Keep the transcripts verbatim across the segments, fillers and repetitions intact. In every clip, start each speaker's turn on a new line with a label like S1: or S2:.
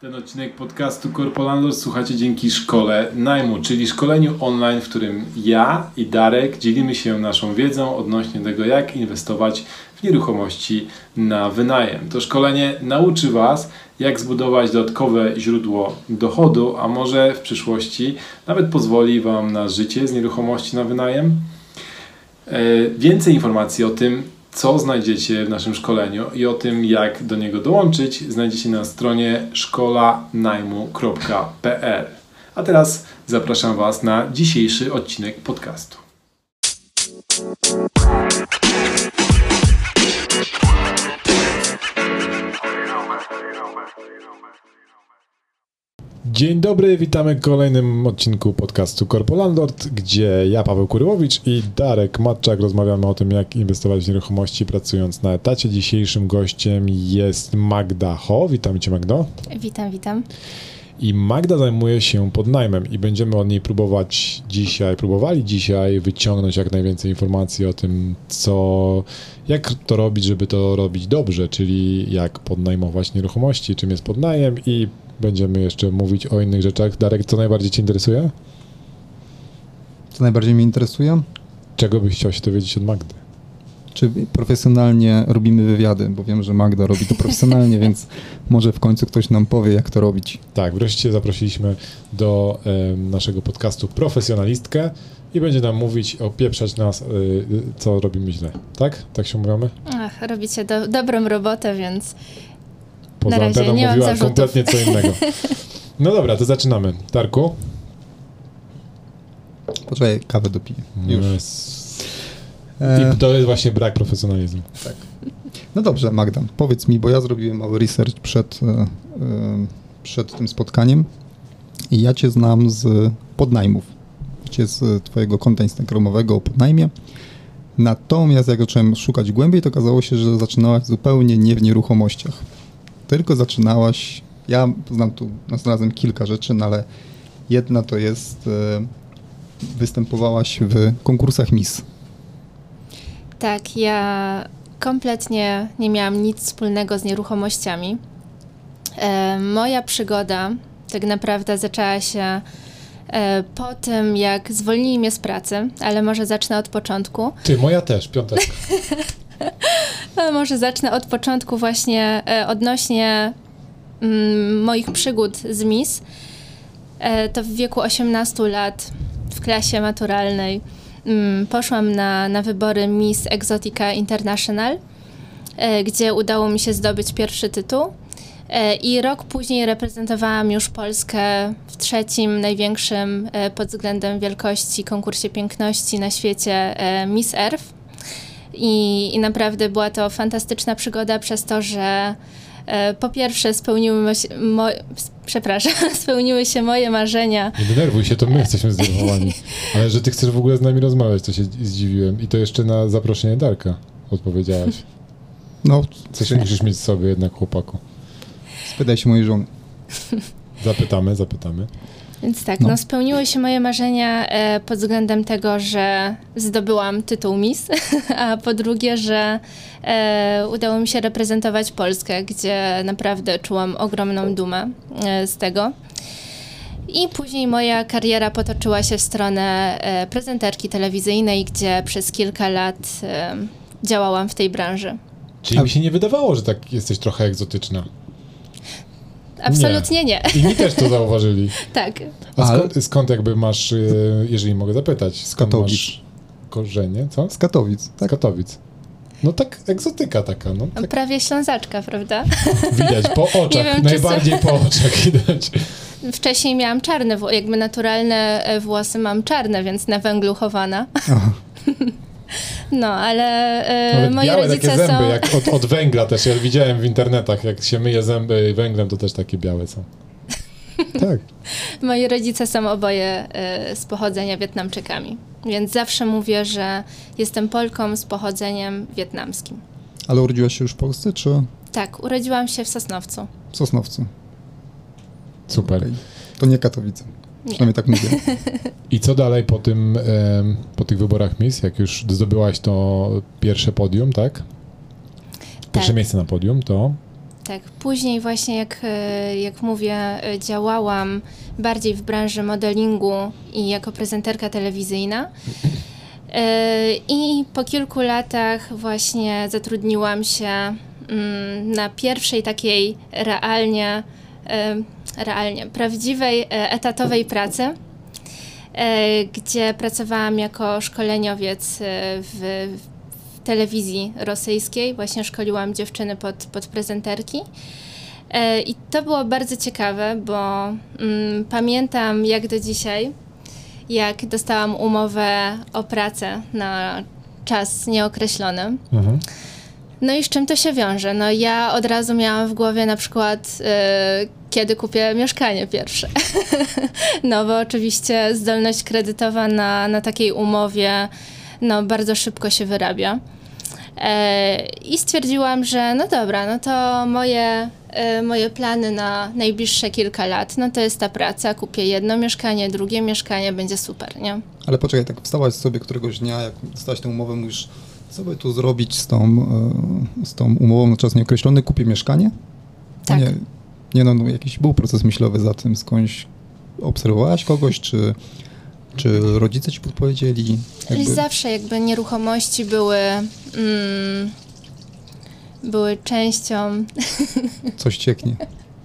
S1: Ten odcinek podcastu Corpolandlord słuchacie dzięki Szkole Najmu, czyli szkoleniu online, w którym ja i Darek dzielimy się naszą wiedzą odnośnie tego, jak inwestować w nieruchomości na wynajem. To szkolenie nauczy Was, jak zbudować dodatkowe źródło dochodu, a może w przyszłości nawet pozwoli Wam na życie z nieruchomości na wynajem. Więcej informacji o tym, co znajdziecie w naszym szkoleniu i o tym, jak do niego dołączyć, znajdziecie na stronie szkola najmu kropka p l. A teraz zapraszam Was na dzisiejszy odcinek podcastu. Dzień dobry, witamy w kolejnym odcinku podcastu Corpolandlord, gdzie ja, Paweł Kuryłowicz i Darek Matczak rozmawiamy o tym, jak inwestować w nieruchomości pracując na etacie. Dzisiejszym gościem jest Magda Ho. Witam Cię, Magdo.
S2: Witam, witam.
S1: I Magda zajmuje się podnajmem i będziemy od niej próbować dzisiaj, próbowali dzisiaj wyciągnąć jak najwięcej informacji o tym, co, jak to robić, żeby to robić dobrze, czyli jak podnajmować nieruchomości, czym jest podnajem i będziemy jeszcze mówić o innych rzeczach. Darek, co najbardziej Cię interesuje?
S3: Co najbardziej mnie interesuje?
S1: Czego byś chciał się dowiedzieć od Magdy?
S3: Czy profesjonalnie robimy wywiady, bo wiem, że Magda robi to profesjonalnie, więc może w końcu ktoś nam powie, jak to robić.
S1: Tak, wreszcie zaprosiliśmy do e, naszego podcastu profesjonalistkę i będzie nam mówić, opieprzać nas, e, co robimy źle. Tak? Tak się mówimy?
S2: Ach, robicie do, dobrą robotę, więc
S1: Poza
S2: na razie
S1: anteną
S2: nie mam
S1: mówiła
S2: zarzutów.
S1: kompletnie co innego. No dobra, to zaczynamy. Darku?
S3: Poczekaj, kawę dopiję. Już.
S1: Yes. I to jest właśnie brak profesjonalizmu.
S3: Tak. No dobrze, Magda, powiedz mi, bo ja zrobiłem mały research przed, przed tym spotkaniem i ja Cię znam z podnajmów. Cię z Twojego konta instagramowego o podnajmie. Natomiast jak zacząłem szukać głębiej, to okazało się, że zaczynałaś zupełnie nie w nieruchomościach. Tylko zaczynałaś, ja znam tu, znalazłem kilka rzeczy, no ale jedna to jest, występowałaś w konkursach Miss.
S2: Tak, ja kompletnie nie miałam nic wspólnego z nieruchomościami. E, moja przygoda tak naprawdę zaczęła się e, po tym, jak zwolnili mnie z pracy, ale może zacznę od początku.
S1: Ty, moja też, piąteczka.
S2: No, może zacznę od początku właśnie e, odnośnie mm, moich przygód z Miss. E, to w wieku osiemnastu lat w klasie maturalnej mm, poszłam na, na wybory Miss Exotica International, e, gdzie udało mi się zdobyć pierwszy tytuł. E, I rok później reprezentowałam już Polskę w trzecim największym e, pod względem wielkości konkursie piękności na świecie e, Miss Earth. I, I naprawdę była to fantastyczna przygoda przez to, że e, po pierwsze spełniły się, mo, przepraszam, spełniły się moje marzenia.
S1: Nie denerwuj się, to my jesteśmy zdenerwowani. Ale że ty chcesz w ogóle z nami rozmawiać, to się zdziwiłem. I to jeszcze na zaproszenie Darka odpowiedziałaś.
S3: No,
S1: Coś musisz mieć w sobie jednak, chłopaku.
S3: spytaj się mojej żony.
S1: Zapytamy, zapytamy.
S2: Więc tak,
S3: No.
S2: no, spełniły się moje marzenia e, pod względem tego, że zdobyłam tytuł Miss, a po drugie, że e, udało mi się reprezentować Polskę, gdzie naprawdę czułam ogromną dumę e, z tego. I później moja kariera potoczyła się w stronę e, prezenterki telewizyjnej, gdzie przez kilka lat e, działałam w tej branży.
S1: Czyli mi się nie wydawało, że tak jesteś trochę egzotyczna.
S2: Absolutnie nie.
S1: nie. Inni też to zauważyli.
S2: Tak.
S1: A
S3: Ale-
S1: skąd, skąd jakby masz, e, jeżeli mogę zapytać, skąd
S3: Katowic.
S1: masz korzenie, co?
S3: Z Katowic.
S1: Z Katowic. No tak, egzotyka taka, no. Tak
S2: Prawie Ślązaczka, prawda?
S1: widać po oczach,
S2: wiem, czy
S1: najbardziej po oczach widać.
S2: Wcześniej miałam czarne, wło- jakby naturalne e, włosy mam czarne, więc na węglu chowana.
S3: Aha.
S2: No, ale e,
S1: Nawet
S2: moi
S1: białe
S2: rodzice
S1: takie zęby,
S2: są...
S1: jak od, od węgla też. Ja widziałem w internetach, jak się myje zęby węglem, to też takie białe są. Tak.
S2: Moi rodzice są oboje e, z pochodzenia Wietnamczykami, więc zawsze mówię, że jestem Polką z pochodzeniem wietnamskim.
S3: Ale urodziłaś się już w Polsce, czy
S2: Tak, urodziłam się w Sosnowcu.
S3: w Sosnowcu?
S1: Super.
S3: Okej. To nie Katowice.
S2: Nie.
S3: Przynajmniej tak mówię.
S1: I co dalej po tym, em, po tych wyborach Miss, jak już zdobyłaś to pierwsze podium, tak? Pierwsze
S2: Tak.
S1: miejsce na podium, to
S2: Tak, później właśnie jak, e, jak mówię, e, działałam bardziej w branży modelingu i jako prezenterka telewizyjna. E, I po kilku latach właśnie zatrudniłam się mm, na pierwszej takiej realnie, e, realnie prawdziwej, e, etatowej pracy, e, gdzie pracowałam jako szkoleniowiec e, w, w telewizji rosyjskiej. Właśnie szkoliłam dziewczyny pod, pod prezenterki. E, I to było bardzo ciekawe, bo mm, pamiętam jak do dzisiaj, jak dostałam umowę o pracę na czas nieokreślony.
S1: Mhm.
S2: No i z czym to się wiąże? No ja od razu miałam w głowie na przykład, y, kiedy kupię mieszkanie pierwsze. No bo oczywiście zdolność kredytowa na, na takiej umowie no bardzo szybko się wyrabia. E, I stwierdziłam, że no dobra, no to moje, e, moje plany na najbliższe kilka lat, no to jest ta praca, kupię jedno mieszkanie, drugie mieszkanie, będzie super, nie?
S3: Ale poczekaj, tak wstałaś sobie któregoś dnia, jak dostałaś tę umowę, mówisz, co by tu zrobić z tą, e, z tą umową na czas nieokreślony, kupię mieszkanie?
S2: Tak.
S3: Nie, nie no, no, jakiś był proces myślowy za tym, skądś obserwowałaś kogoś, czy, czy rodzice ci podpowiedzieli?
S2: Jakby... Zawsze jakby nieruchomości były, mm, były częścią...
S3: Coś cieknie.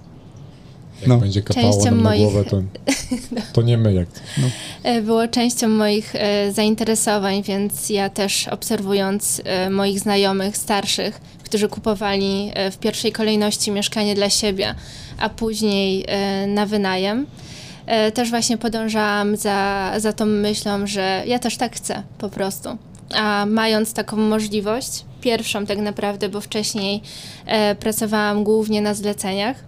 S1: Jak
S3: No.
S1: będzie kapało
S2: Częścią
S1: nam na
S2: moich-
S1: głowę, to, to nie my jak
S3: No.
S2: E, Było częścią moich e, zainteresowań, więc ja też obserwując e, moich znajomych starszych, którzy kupowali e, w pierwszej kolejności mieszkanie dla siebie, a później e, na wynajem, e, też właśnie podążałam za, za tą myślą, że ja też tak chcę po prostu. A mając taką możliwość, pierwszą tak naprawdę, bo wcześniej e, pracowałam głównie na zleceniach,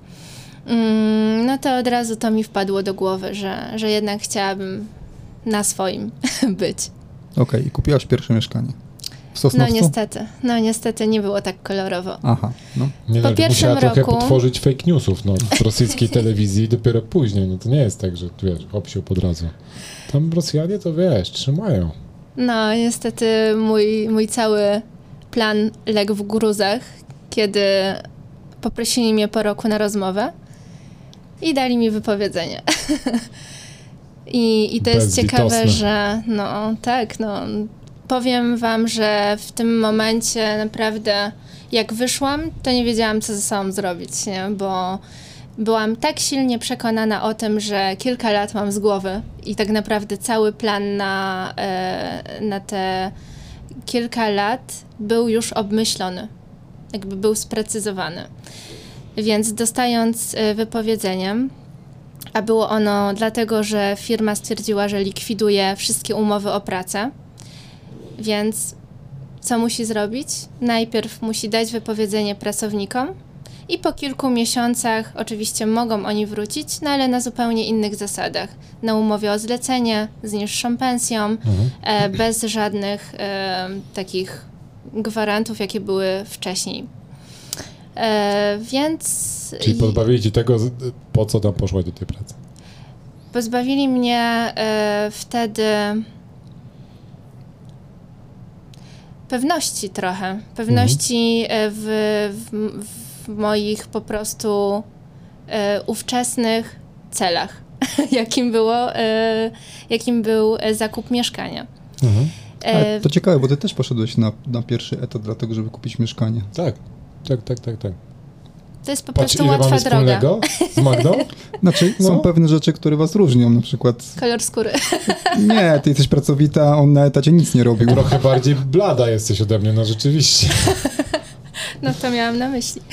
S2: mm, no to od razu to mi wpadło do głowy, że, że jednak chciałabym na swoim być.
S3: Okej, okay. I kupiłaś pierwsze mieszkanie. W
S2: No
S3: Sosnowcu?
S2: niestety, no niestety nie było tak kolorowo.
S3: Aha, no.
S1: Nie,
S2: Po
S1: no,
S2: pierwszym
S1: musiała trochę
S2: roku-
S1: potworzyć fake newsów no, w rosyjskiej telewizji dopiero później. No to nie jest tak, że wiesz, hop się pod razu. Tam Rosjanie to wiesz, trzymają.
S2: No niestety mój, mój cały plan legł w gruzach, kiedy poprosili mnie po roku na rozmowę i dali mi wypowiedzenie. I, I to jest
S1: Bezlitosne.
S2: ciekawe, że no tak, no powiem wam, że w tym momencie naprawdę jak wyszłam, to nie wiedziałam, co ze sobą zrobić, nie? Bo byłam tak silnie przekonana o tym, że kilka lat mam z głowy i tak naprawdę cały plan na, e, na te kilka lat był już obmyślony, jakby był sprecyzowany. Więc dostając e, wypowiedzeniem, a było ono dlatego, że firma stwierdziła, że likwiduje wszystkie umowy o pracę, więc co musi zrobić? Najpierw musi dać wypowiedzenie pracownikom i po kilku miesiącach oczywiście mogą oni wrócić, no ale na zupełnie innych zasadach. Na umowie o zlecenie, z niższą pensją,
S1: Mhm.
S2: e, bez żadnych e, takich gwarantów, jakie były wcześniej. E, więc...
S1: Czyli pozbawili ci tego, z- po co tam poszłaś do tej pracy.
S2: Pozbawili mnie e, wtedy pewności trochę. Pewności e, w, w, w moich po prostu e, ówczesnych celach, jakim, było, e, jakim był e, zakup mieszkania.
S1: Mhm.
S3: Ale
S2: E,
S3: to ciekawe, bo ty też poszedłeś na, na pierwszy etat dlatego, żeby kupić mieszkanie.
S1: Tak, tak, tak, tak, tak.
S2: to jest po
S1: Patrz,
S2: prostu
S1: ile
S2: łatwa
S1: mamy
S2: droga.
S1: wspólnego z Magdą?
S3: Znaczy, są
S1: No.
S3: pewne rzeczy, które was różnią, na przykład
S2: Kolor skóry.
S3: nie, ty jesteś pracowita, a on na etacie nic nie robił.
S1: Trochę bardziej blada jesteś ode mnie, no rzeczywiście.
S2: No to miałam na myśli.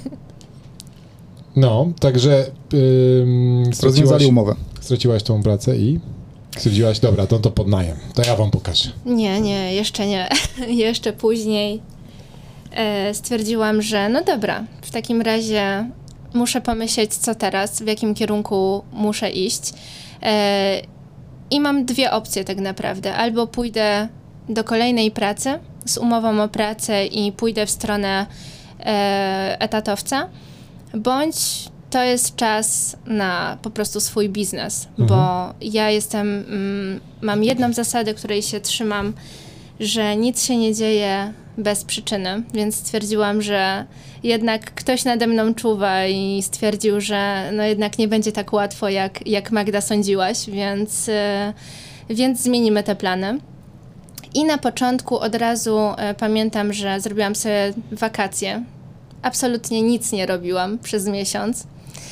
S1: No, także ym, straciłaś,
S3: Rozwiązali umowę.
S1: straciłaś tą pracę i stwierdziłaś, dobra, to to podnajem, to ja wam pokażę.
S2: Nie, nie, jeszcze nie. Jeszcze później e, stwierdziłam, że no dobra, w takim razie muszę pomyśleć, co teraz, w jakim kierunku muszę iść. E, I mam dwie opcje tak naprawdę. Albo pójdę do kolejnej pracy z umową o pracę i pójdę w stronę e, etatowca, bądź to jest czas na po prostu swój biznes,
S1: Mhm.
S2: bo ja jestem, mm, mam jedną zasadę, której się trzymam, że nic się nie dzieje bez przyczyny, więc stwierdziłam, że jednak ktoś nade mną czuwa i stwierdził, że no jednak nie będzie tak łatwo, jak, jak Magda sądziłaś, więc, y, więc zmienimy te plany. I na początku od razu y, pamiętam, że zrobiłam sobie wakacje. Absolutnie nic nie robiłam przez miesiąc. Y,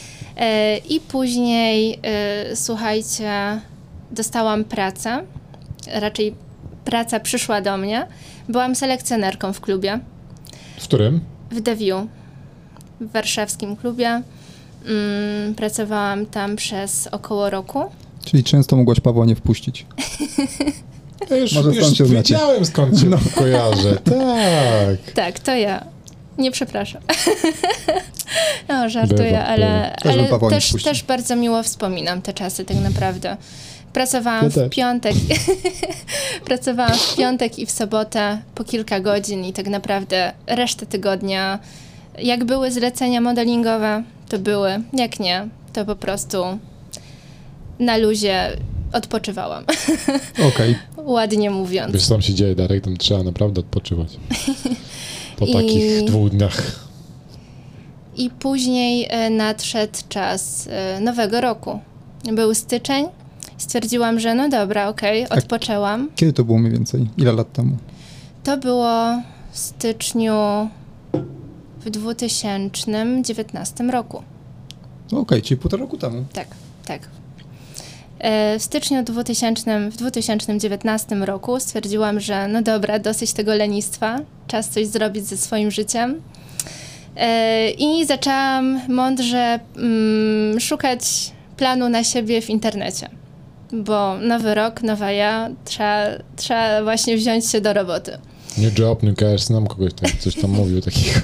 S2: I później, y, słuchajcie, dostałam pracę, raczej praca przyszła do mnie. Byłam selekcjonerką w klubie.
S1: W którym?
S2: W The View, w warszawskim klubie. Mm, pracowałam tam przez około roku.
S3: Czyli często mogłaś Pawła nie wpuścić.
S1: Ja już,
S3: Może
S1: już
S3: stąd się znacie.
S1: wiedziałem, skąd cię no. kojarzę. Tak.
S2: Tak, to ja. Nie przepraszam. No, żartuję,
S1: Bywa,
S2: ale,
S3: bywa.
S2: ale
S3: Też bym
S2: też, też bardzo miło wspominam te czasy tak naprawdę. Pracowałam
S1: Ja
S2: w
S1: też.
S2: piątek. Pracowałam w piątek i w sobotę po kilka godzin i tak naprawdę resztę tygodnia, jak były zlecenia modelingowe, to były. Jak nie, to po prostu na luzie odpoczywałam.
S3: Okej.
S2: Ładnie mówiąc.
S1: Wiesz, co tam się dzieje, Darek, tam trzeba naprawdę odpoczywać. Po
S2: I-
S1: takich dwóch dniach.
S2: I później e, nadszedł czas e, nowego roku. Był styczeń. Stwierdziłam, że no dobra, okej, odpoczęłam.
S3: Kiedy to było mniej więcej? Ile lat temu?
S2: To było w styczniu w dwa tysiące dziewiętnastym roku.
S3: No Okej, czyli półtora roku temu.
S2: Tak, tak. E, W styczniu dwutysięcznym, w dwa tysiące dziewiętnastym roku stwierdziłam, że no dobra, dosyć tego lenistwa, czas coś zrobić ze swoim życiem. E, I zaczęłam mądrze mm, szukać planu na siebie w internecie. Bo nowy rok, nowa ja, trzeba, trzeba właśnie wziąć się do roboty.
S1: New job, new cash, znam kogoś, tak, coś tam mówił takiego.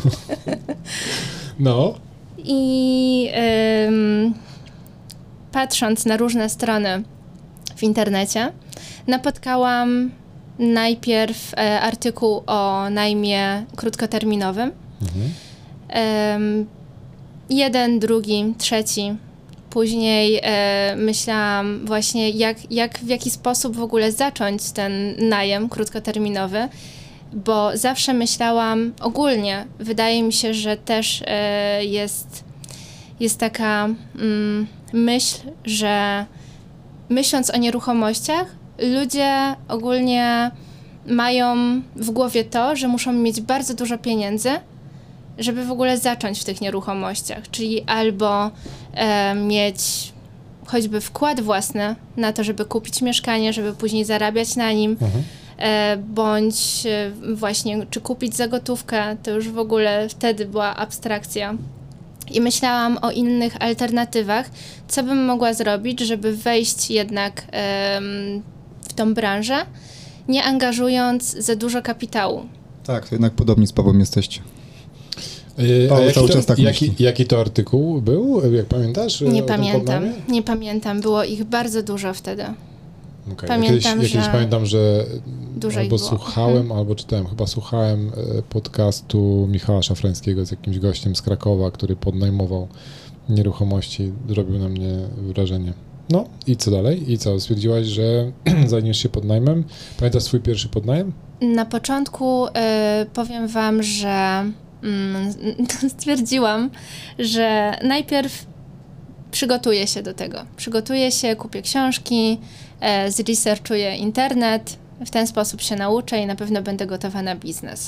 S1: No.
S2: I ym, patrząc na różne strony w internecie, napotkałam najpierw e, artykuł o najmie krótkoterminowym.
S1: Mhm.
S2: Ym, jeden, drugi, trzeci. Później e, myślałam właśnie, jak, jak, w jaki sposób w ogóle zacząć ten najem krótkoterminowy, bo zawsze myślałam, ogólnie wydaje mi się, że też e, jest, jest taka mm, myśl, że myśląc o nieruchomościach, ludzie ogólnie mają w głowie to, że muszą mieć bardzo dużo pieniędzy, żeby w ogóle zacząć w tych nieruchomościach, czyli albo e, mieć choćby wkład własny na to, żeby kupić mieszkanie, żeby później zarabiać na nim,
S1: Mhm.
S2: e, bądź e, właśnie czy kupić za gotówkę, to już w ogóle wtedy była abstrakcja. I myślałam o innych alternatywach, co bym mogła zrobić, żeby wejść jednak em, w tą branżę, nie angażując za dużo kapitału.
S3: Tak, to jednak podobni z Pawłem jesteście.
S1: Yy, A
S3: Paweł
S1: jaki
S3: cały
S1: to,
S3: czas tak
S1: jaki,
S3: myśli.
S1: jaki to artykuł był, jak pamiętasz?
S2: Nie
S1: o tym
S2: pamiętam,
S1: Podnamie?
S2: nie pamiętam, było ich bardzo dużo wtedy.
S1: Okay.
S2: Pamiętam,
S1: ja kiedyś
S2: że
S1: pamiętam, że
S2: dużo
S1: albo
S2: ich było.
S1: słuchałem,
S2: Mhm.
S1: albo czytałem, chyba słuchałem e, podcastu Michała Szafrańskiego z jakimś gościem z Krakowa, który podnajmował nieruchomości. Zrobił na mnie wrażenie. No i co dalej? I co? Stwierdziłaś, że zajmiesz się podnajmem? Pamiętasz swój pierwszy podnajem?
S2: Na początku y, powiem wam, że mm, stwierdziłam, że najpierw przygotuję się do tego. Przygotuję się, kupię książki, e, zresearchuję internet, w ten sposób się nauczę i na pewno będę gotowa na biznes.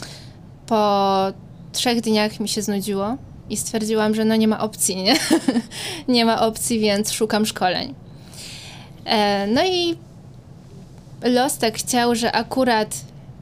S2: Po trzech dniach mi się znudziło i stwierdziłam, że no nie ma opcji, nie? Nie ma opcji, więc szukam szkoleń. E, no i los tak chciał, że akurat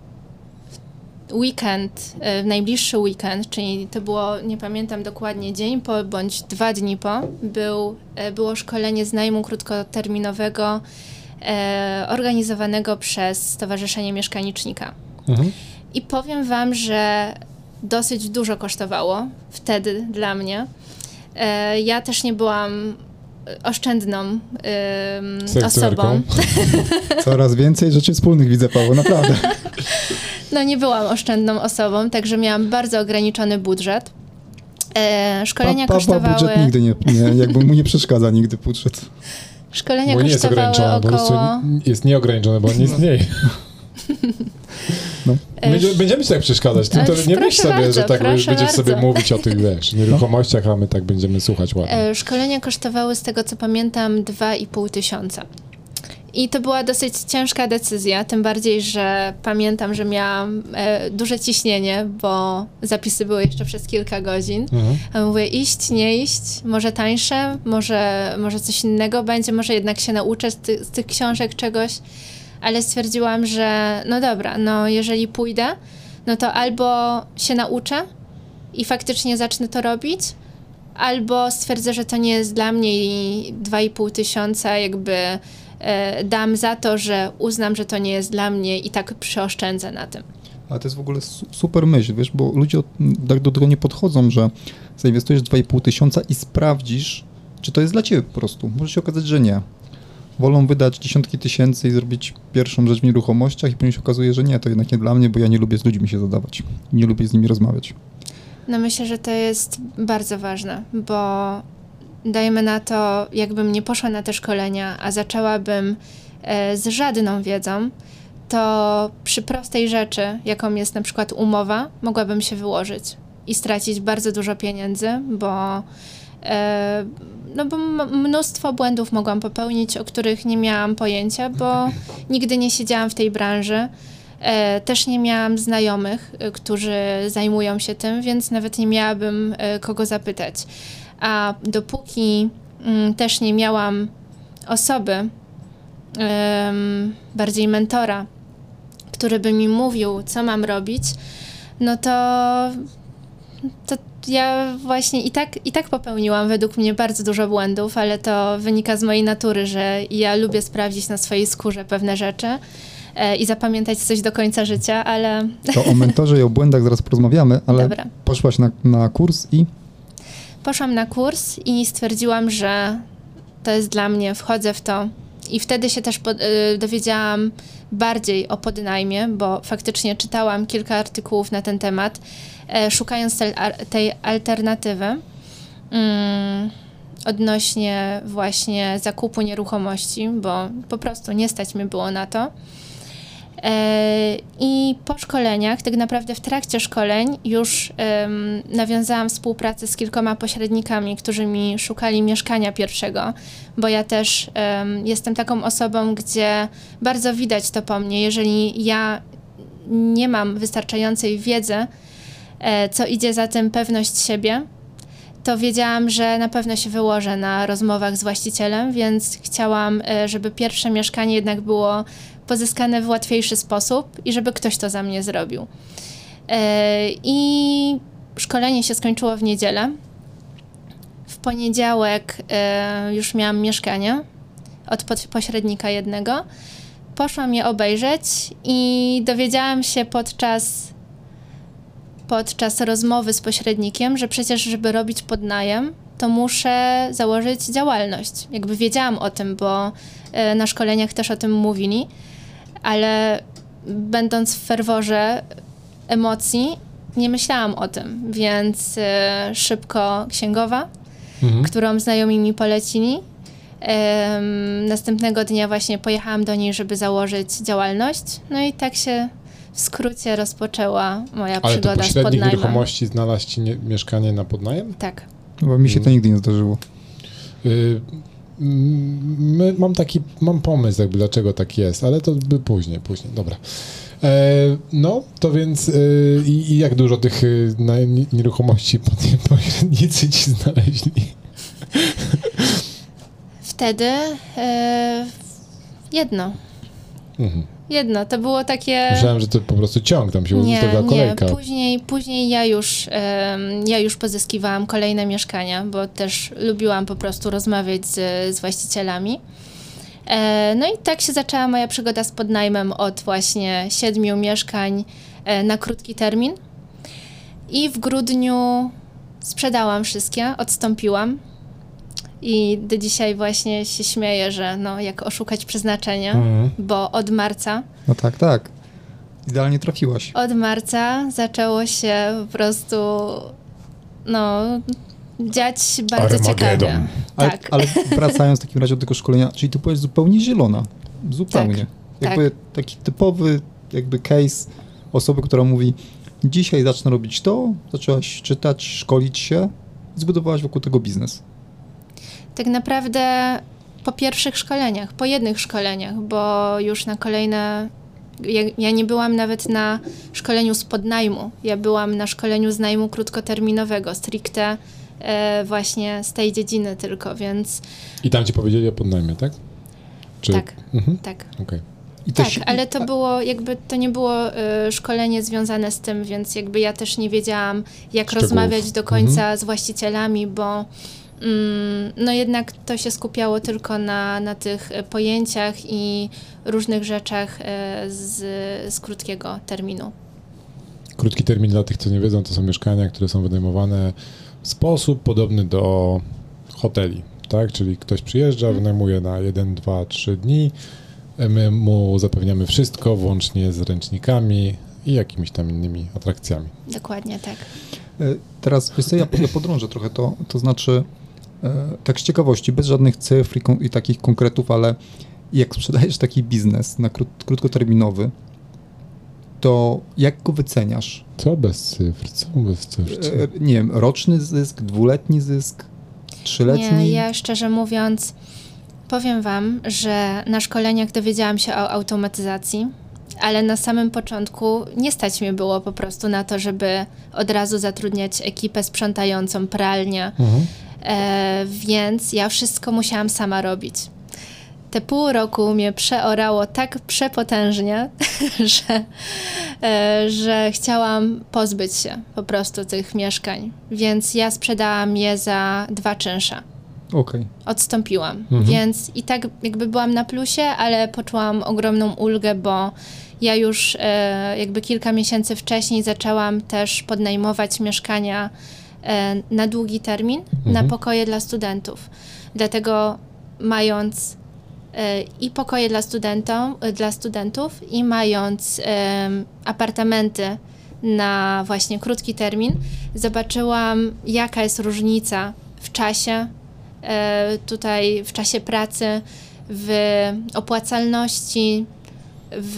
S2: weekend, e, w najbliższy weekend, czyli to było, nie pamiętam dokładnie, dzień po bądź dwa dni po, był, e, było szkolenie z najmu krótkoterminowego e, organizowanego przez Stowarzyszenie Mieszkanicznika.
S1: Mhm.
S2: I powiem wam, że dosyć dużo kosztowało wtedy dla mnie. E, ja też nie byłam oszczędną ym,
S1: Selekcjonerką.
S2: osobą.
S3: Coraz więcej rzeczy wspólnych widzę, Paweł, naprawdę.
S2: No nie byłam oszczędną osobą, także miałam bardzo ograniczony budżet. E, szkolenia
S3: Pa, Pawła
S2: kosztowały...
S3: budżet nigdy nie, nie, jakby mu nie przeszkadza nigdy budżet.
S2: Szkolenia
S1: Bo nie jest
S2: kosztowały
S1: ograniczony, po prostu
S2: około...
S1: jest nieograniczony, bo on nie istnieje.
S3: No.
S4: Będzie, będziemy ci tak przeszkadzać. Ty to nie myśl sobie,
S2: bardzo,
S4: że tak będziesz
S2: bardzo.
S4: sobie mówić o tych, wiesz, nieruchomościach, a my tak będziemy słuchać ładnie.
S2: Szkolenia kosztowały, z tego co pamiętam, dwa i pół tysiąca. I to była dosyć ciężka decyzja, tym bardziej, że pamiętam, że miałam e, duże ciśnienie, bo zapisy były jeszcze przez kilka godzin.
S4: Mhm.
S2: A mówię, iść, nie iść, może tańsze, może, może coś innego będzie, może jednak się nauczę z, ty, z tych książek czegoś, ale stwierdziłam, że no dobra, no jeżeli pójdę, no to albo się nauczę i faktycznie zacznę to robić, albo stwierdzę, że to nie jest dla mnie i dwa i pół tysiąca jakby dam za to, że uznam, że to nie jest dla mnie i tak przyoszczędzę na tym.
S3: Ale to jest w ogóle su- super myśl, wiesz, bo ludzie od, tak do tego nie podchodzą, że zainwestujesz dwa i pół tysiąca i sprawdzisz, czy to jest dla ciebie po prostu. Może się okazać, że nie. Wolą wydać dziesiątki tysięcy i zrobić pierwszą rzecz w nieruchomościach i później się okazuje, że nie, to jednak nie dla mnie, bo ja nie lubię z ludźmi się zadawać. Nie lubię z nimi rozmawiać.
S2: No myślę, że to jest bardzo ważne, bo dajmy na to, jakbym nie poszła na te szkolenia, a zaczęłabym e, z żadną wiedzą, to przy prostej rzeczy, jaką jest na przykład umowa, mogłabym się wyłożyć i stracić bardzo dużo pieniędzy, bo, e, no bo m- mnóstwo błędów mogłam popełnić, o których nie miałam pojęcia, bo nigdy nie siedziałam w tej branży. E, też nie miałam znajomych, e, którzy zajmują się tym, więc nawet nie miałabym e, kogo zapytać. A dopóki mm, też nie miałam osoby, ym, bardziej mentora, który by mi mówił, co mam robić, no to, to ja właśnie i tak, i tak popełniłam według mnie bardzo dużo błędów, ale to wynika z mojej natury, że ja lubię sprawdzić na swojej skórze pewne rzeczy e, i zapamiętać coś do końca życia, ale...
S3: To o mentorze i o błędach zaraz porozmawiamy, ale
S2: Dobra.
S3: Poszłaś na, na kurs i...
S2: Poszłam na kurs i stwierdziłam, że to jest dla mnie, wchodzę w to. I wtedy się też pod, y, dowiedziałam bardziej o podnajmie, bo faktycznie czytałam kilka artykułów na ten temat, e, szukając te, tej alternatywy mm, odnośnie właśnie zakupu nieruchomości, bo po prostu nie stać mi było na to. I po szkoleniach, tak naprawdę w trakcie szkoleń już um, nawiązałam współpracę z kilkoma pośrednikami, którzy mi szukali mieszkania pierwszego, bo ja też um, jestem taką osobą, gdzie bardzo widać to po mnie, jeżeli ja nie mam wystarczającej wiedzy, e, co idzie za tym pewność siebie, to wiedziałam, że na pewno się wyłożę na rozmowach z właścicielem, więc chciałam, e, żeby pierwsze mieszkanie jednak było pozyskane w łatwiejszy sposób i żeby ktoś to za mnie zrobił. I szkolenie się skończyło w niedzielę. W poniedziałek już miałam mieszkanie od pośrednika jednego. Poszłam je obejrzeć i dowiedziałam się podczas, podczas rozmowy z pośrednikiem, że przecież, żeby robić podnajem, to muszę założyć działalność. Jakby wiedziałam o tym, bo na szkoleniach też o tym mówili, ale będąc w ferworze emocji, nie myślałam o tym, więc e, szybko księgowa, mhm. którą znajomi mi polecili. E, następnego dnia właśnie pojechałam do niej, żeby założyć działalność. No i tak się w skrócie rozpoczęła moja
S4: Ale
S2: przygoda
S4: to
S2: z podnajmem.
S4: pośrednik nieruchomości znalazł ci nie, mieszkanie na podnajem?
S2: Tak.
S3: Bo mi się to nigdy nie zdarzyło.
S4: Y- My, mam taki, mam pomysł jakby dlaczego tak jest, ale to by później, później, dobra. E, no, to więc e, i jak dużo tych e, na, nieruchomości pośrednicy ci znaleźli?
S2: Wtedy e, jedno. Mhm. Jedno, to było takie...
S4: Myślałem, że to po prostu ciąg, tam się ustawiała kolejka.
S2: Nie, później, później ja już, um, ja już pozyskiwałam kolejne mieszkania, bo też lubiłam po prostu rozmawiać z, z właścicielami. E, no i tak się zaczęła moja przygoda z podnajmem od właśnie siedmiu mieszkań e, na krótki termin. I w grudniu sprzedałam wszystkie, odstąpiłam. I do dzisiaj właśnie się śmieję, że no, jak oszukać przeznaczenie, mhm. bo od marca...
S3: No tak, tak. Idealnie trafiłaś.
S2: Od marca zaczęło się po prostu no, dziać bardzo
S4: Armagedon.
S2: ciekawie.
S3: Ale,
S2: tak.
S3: ale wracając w takim razie do tego szkolenia, czyli ty byłaś zupełnie zielona. Zupełnie.
S2: Tak,
S3: jakby
S2: tak.
S3: taki typowy jakby case osoby, która mówi, dzisiaj zacznę robić to, zaczęłaś czytać, szkolić się i zbudowałaś wokół tego biznes?
S2: Tak naprawdę po pierwszych szkoleniach, po jednych szkoleniach, bo już na kolejne... Ja, ja nie byłam nawet na szkoleniu z podnajmu. Ja byłam na szkoleniu z najmu krótkoterminowego, stricte e, właśnie z tej dziedziny tylko, więc...
S4: I tam ci powiedzieli o podnajmie, tak? Czy...
S2: Tak,
S4: Mhm.
S2: tak.
S4: Okay.
S3: I
S2: Tak,
S3: też,
S2: ale to było jakby, to nie było y, szkolenie związane z tym, więc jakby ja też nie wiedziałam, jak
S4: Szczegółów.
S2: rozmawiać do końca
S4: Mhm.
S2: z właścicielami, bo mm, no jednak to się skupiało tylko na, na tych y, pojęciach i różnych rzeczach y, z, z krótkiego terminu.
S4: Krótki termin dla tych, co nie wiedzą, to są mieszkania, które są wynajmowane w sposób podobny do hoteli, tak? Czyli ktoś przyjeżdża, wynajmuje na jeden, dwa, trzy dni, my mu zapewniamy wszystko, włącznie z ręcznikami i jakimiś tam innymi atrakcjami.
S2: Dokładnie tak.
S3: Teraz, wiesz co, ja, ja podrążę trochę to, to znaczy, e, tak z ciekawości, bez żadnych cyfr i, kon, i takich konkretów, ale jak sprzedajesz taki biznes na krót, krótkoterminowy, to jak go wyceniasz?
S4: Co bez cyfr? Co bez cyfr? Co?
S3: E, nie wiem, roczny zysk, dwuletni zysk, trzyletni?
S2: Nie, ja szczerze mówiąc powiem wam, że na szkoleniach dowiedziałam się o automatyzacji, ale na samym początku nie stać mnie było po prostu na to, żeby od razu zatrudniać ekipę sprzątającą, pralnię,
S4: Mhm.
S2: e, więc ja wszystko musiałam sama robić. Te pół roku mnie przeorało tak przepotężnie, że, e, że chciałam pozbyć się po prostu tych mieszkań, więc ja sprzedałam je za dwa czynsze.
S3: Okej.
S2: Odstąpiłam,
S4: Mhm.
S2: więc i tak jakby byłam na plusie, ale poczułam ogromną ulgę, bo ja już e, jakby kilka miesięcy wcześniej zaczęłam też podnajmować mieszkania e, na długi termin,
S4: Mhm.
S2: na pokoje dla studentów. Dlatego mając e, i pokoje dla, studentom, dla studentów i mając e, apartamenty na właśnie krótki termin, zobaczyłam, jaka jest różnica w czasie, e, tutaj w czasie pracy, w opłacalności, w,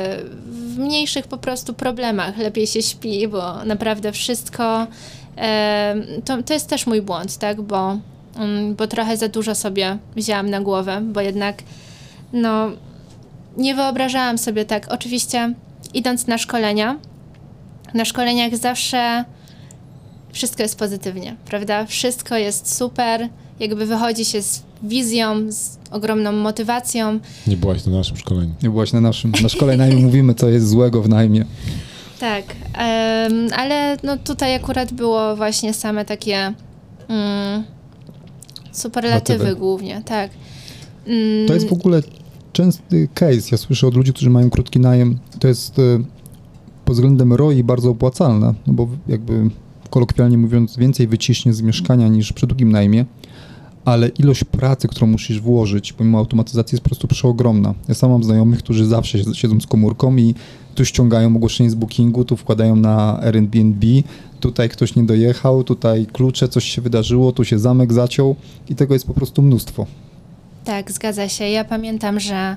S2: w mniejszych po prostu problemach. Lepiej się śpi, bo naprawdę wszystko, e, to, to jest też mój błąd, tak, bo, mm, bo trochę za dużo sobie wzięłam na głowę, bo jednak no, nie wyobrażałam sobie tak, oczywiście idąc na szkolenia, na szkoleniach zawsze wszystko jest pozytywnie, prawda? Wszystko jest super, jakby wychodzi się z wizją, z ogromną motywacją.
S4: Nie byłaś na naszym szkoleniu.
S3: Nie byłaś na naszym, na szkole najmu mówimy, co jest złego w najmie.
S2: Tak, em, ale no tutaj akurat było właśnie same takie mm, superlatywy
S3: Motywy.
S2: głównie, tak. Mm,
S3: To jest w ogóle częsty case. Ja słyszę od ludzi, którzy mają krótki najem. To jest y, pod względem R O I bardzo opłacalne, no bo jakby kolokwialnie mówiąc więcej wyciśnie z mieszkania niż przy długim najmie, ale ilość pracy, którą musisz włożyć pomimo automatyzacji jest po prostu przeogromna. Ja sam mam znajomych, którzy zawsze siedzą- siedzą z komórką i tu ściągają ogłoszenie z bookingu, tu wkładają na Airbnb, tutaj ktoś nie dojechał, tutaj klucze, coś się wydarzyło, tu się zamek zaciął i tego jest po prostu mnóstwo.
S2: Tak, zgadza się. Ja pamiętam, że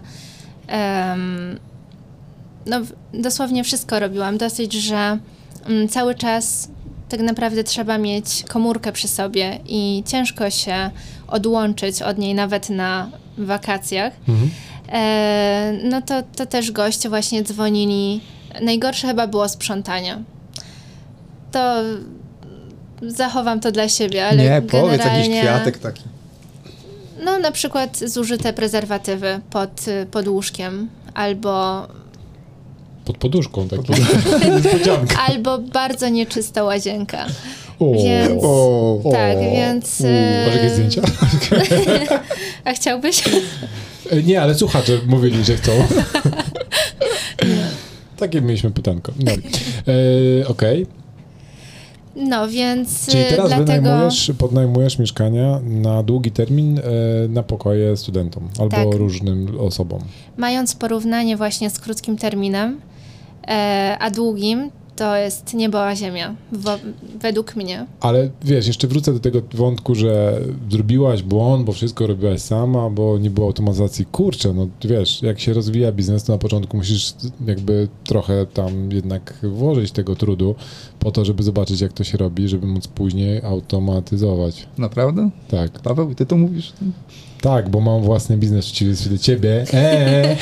S2: em, no, w- dosłownie wszystko robiłam. Dosyć, że mm, cały czas tak naprawdę trzeba mieć komórkę przy sobie i ciężko się odłączyć od niej nawet na wakacjach.
S4: Mhm.
S2: E, no to, to też goście właśnie dzwonili. Najgorsze chyba było sprzątanie. To zachowam to dla siebie, ale
S3: nie, powiedz
S2: generalnie...
S3: jakiś kwiatek taki.
S2: No na przykład zużyte prezerwatywy pod, pod łóżkiem, albo,
S4: Pod poduszką taki. Niespodzianka.
S2: albo bardzo nieczysta łazienka.
S4: O,
S2: Więc-
S4: o,
S2: tak,
S4: o.
S2: więc,
S4: U,
S2: e,
S4: Masz jakieś zdjęcia?
S2: A chciałbyś?
S4: E, Nie, ale słuchacze mówili, że chcą. Takie mieliśmy pytanko. No. E, Okej.
S2: No więc
S4: Czyli
S2: e,
S4: teraz
S2: dlatego...
S4: wynajmujesz, podnajmujesz mieszkania na długi termin e, na pokoje studentom albo
S2: Tak.
S4: różnym osobom.
S2: Mając porównanie właśnie z krótkim terminem, e, a długim, to jest niebo a ziemia, wo- według mnie.
S4: Ale wiesz, jeszcze wrócę do tego wątku, że zrobiłaś błąd, bo wszystko robiłaś sama, bo nie było automatyzacji. Kurczę, no wiesz, jak się rozwija biznes, to na początku musisz jakby trochę tam jednak włożyć tego trudu po to, żeby zobaczyć, jak to się robi, żeby móc później automatyzować.
S3: Naprawdę?
S4: Tak.
S3: Paweł, ty to mówisz?
S4: Tak, bo mam własny biznes w przeciwieństwie do ciebie. Eee.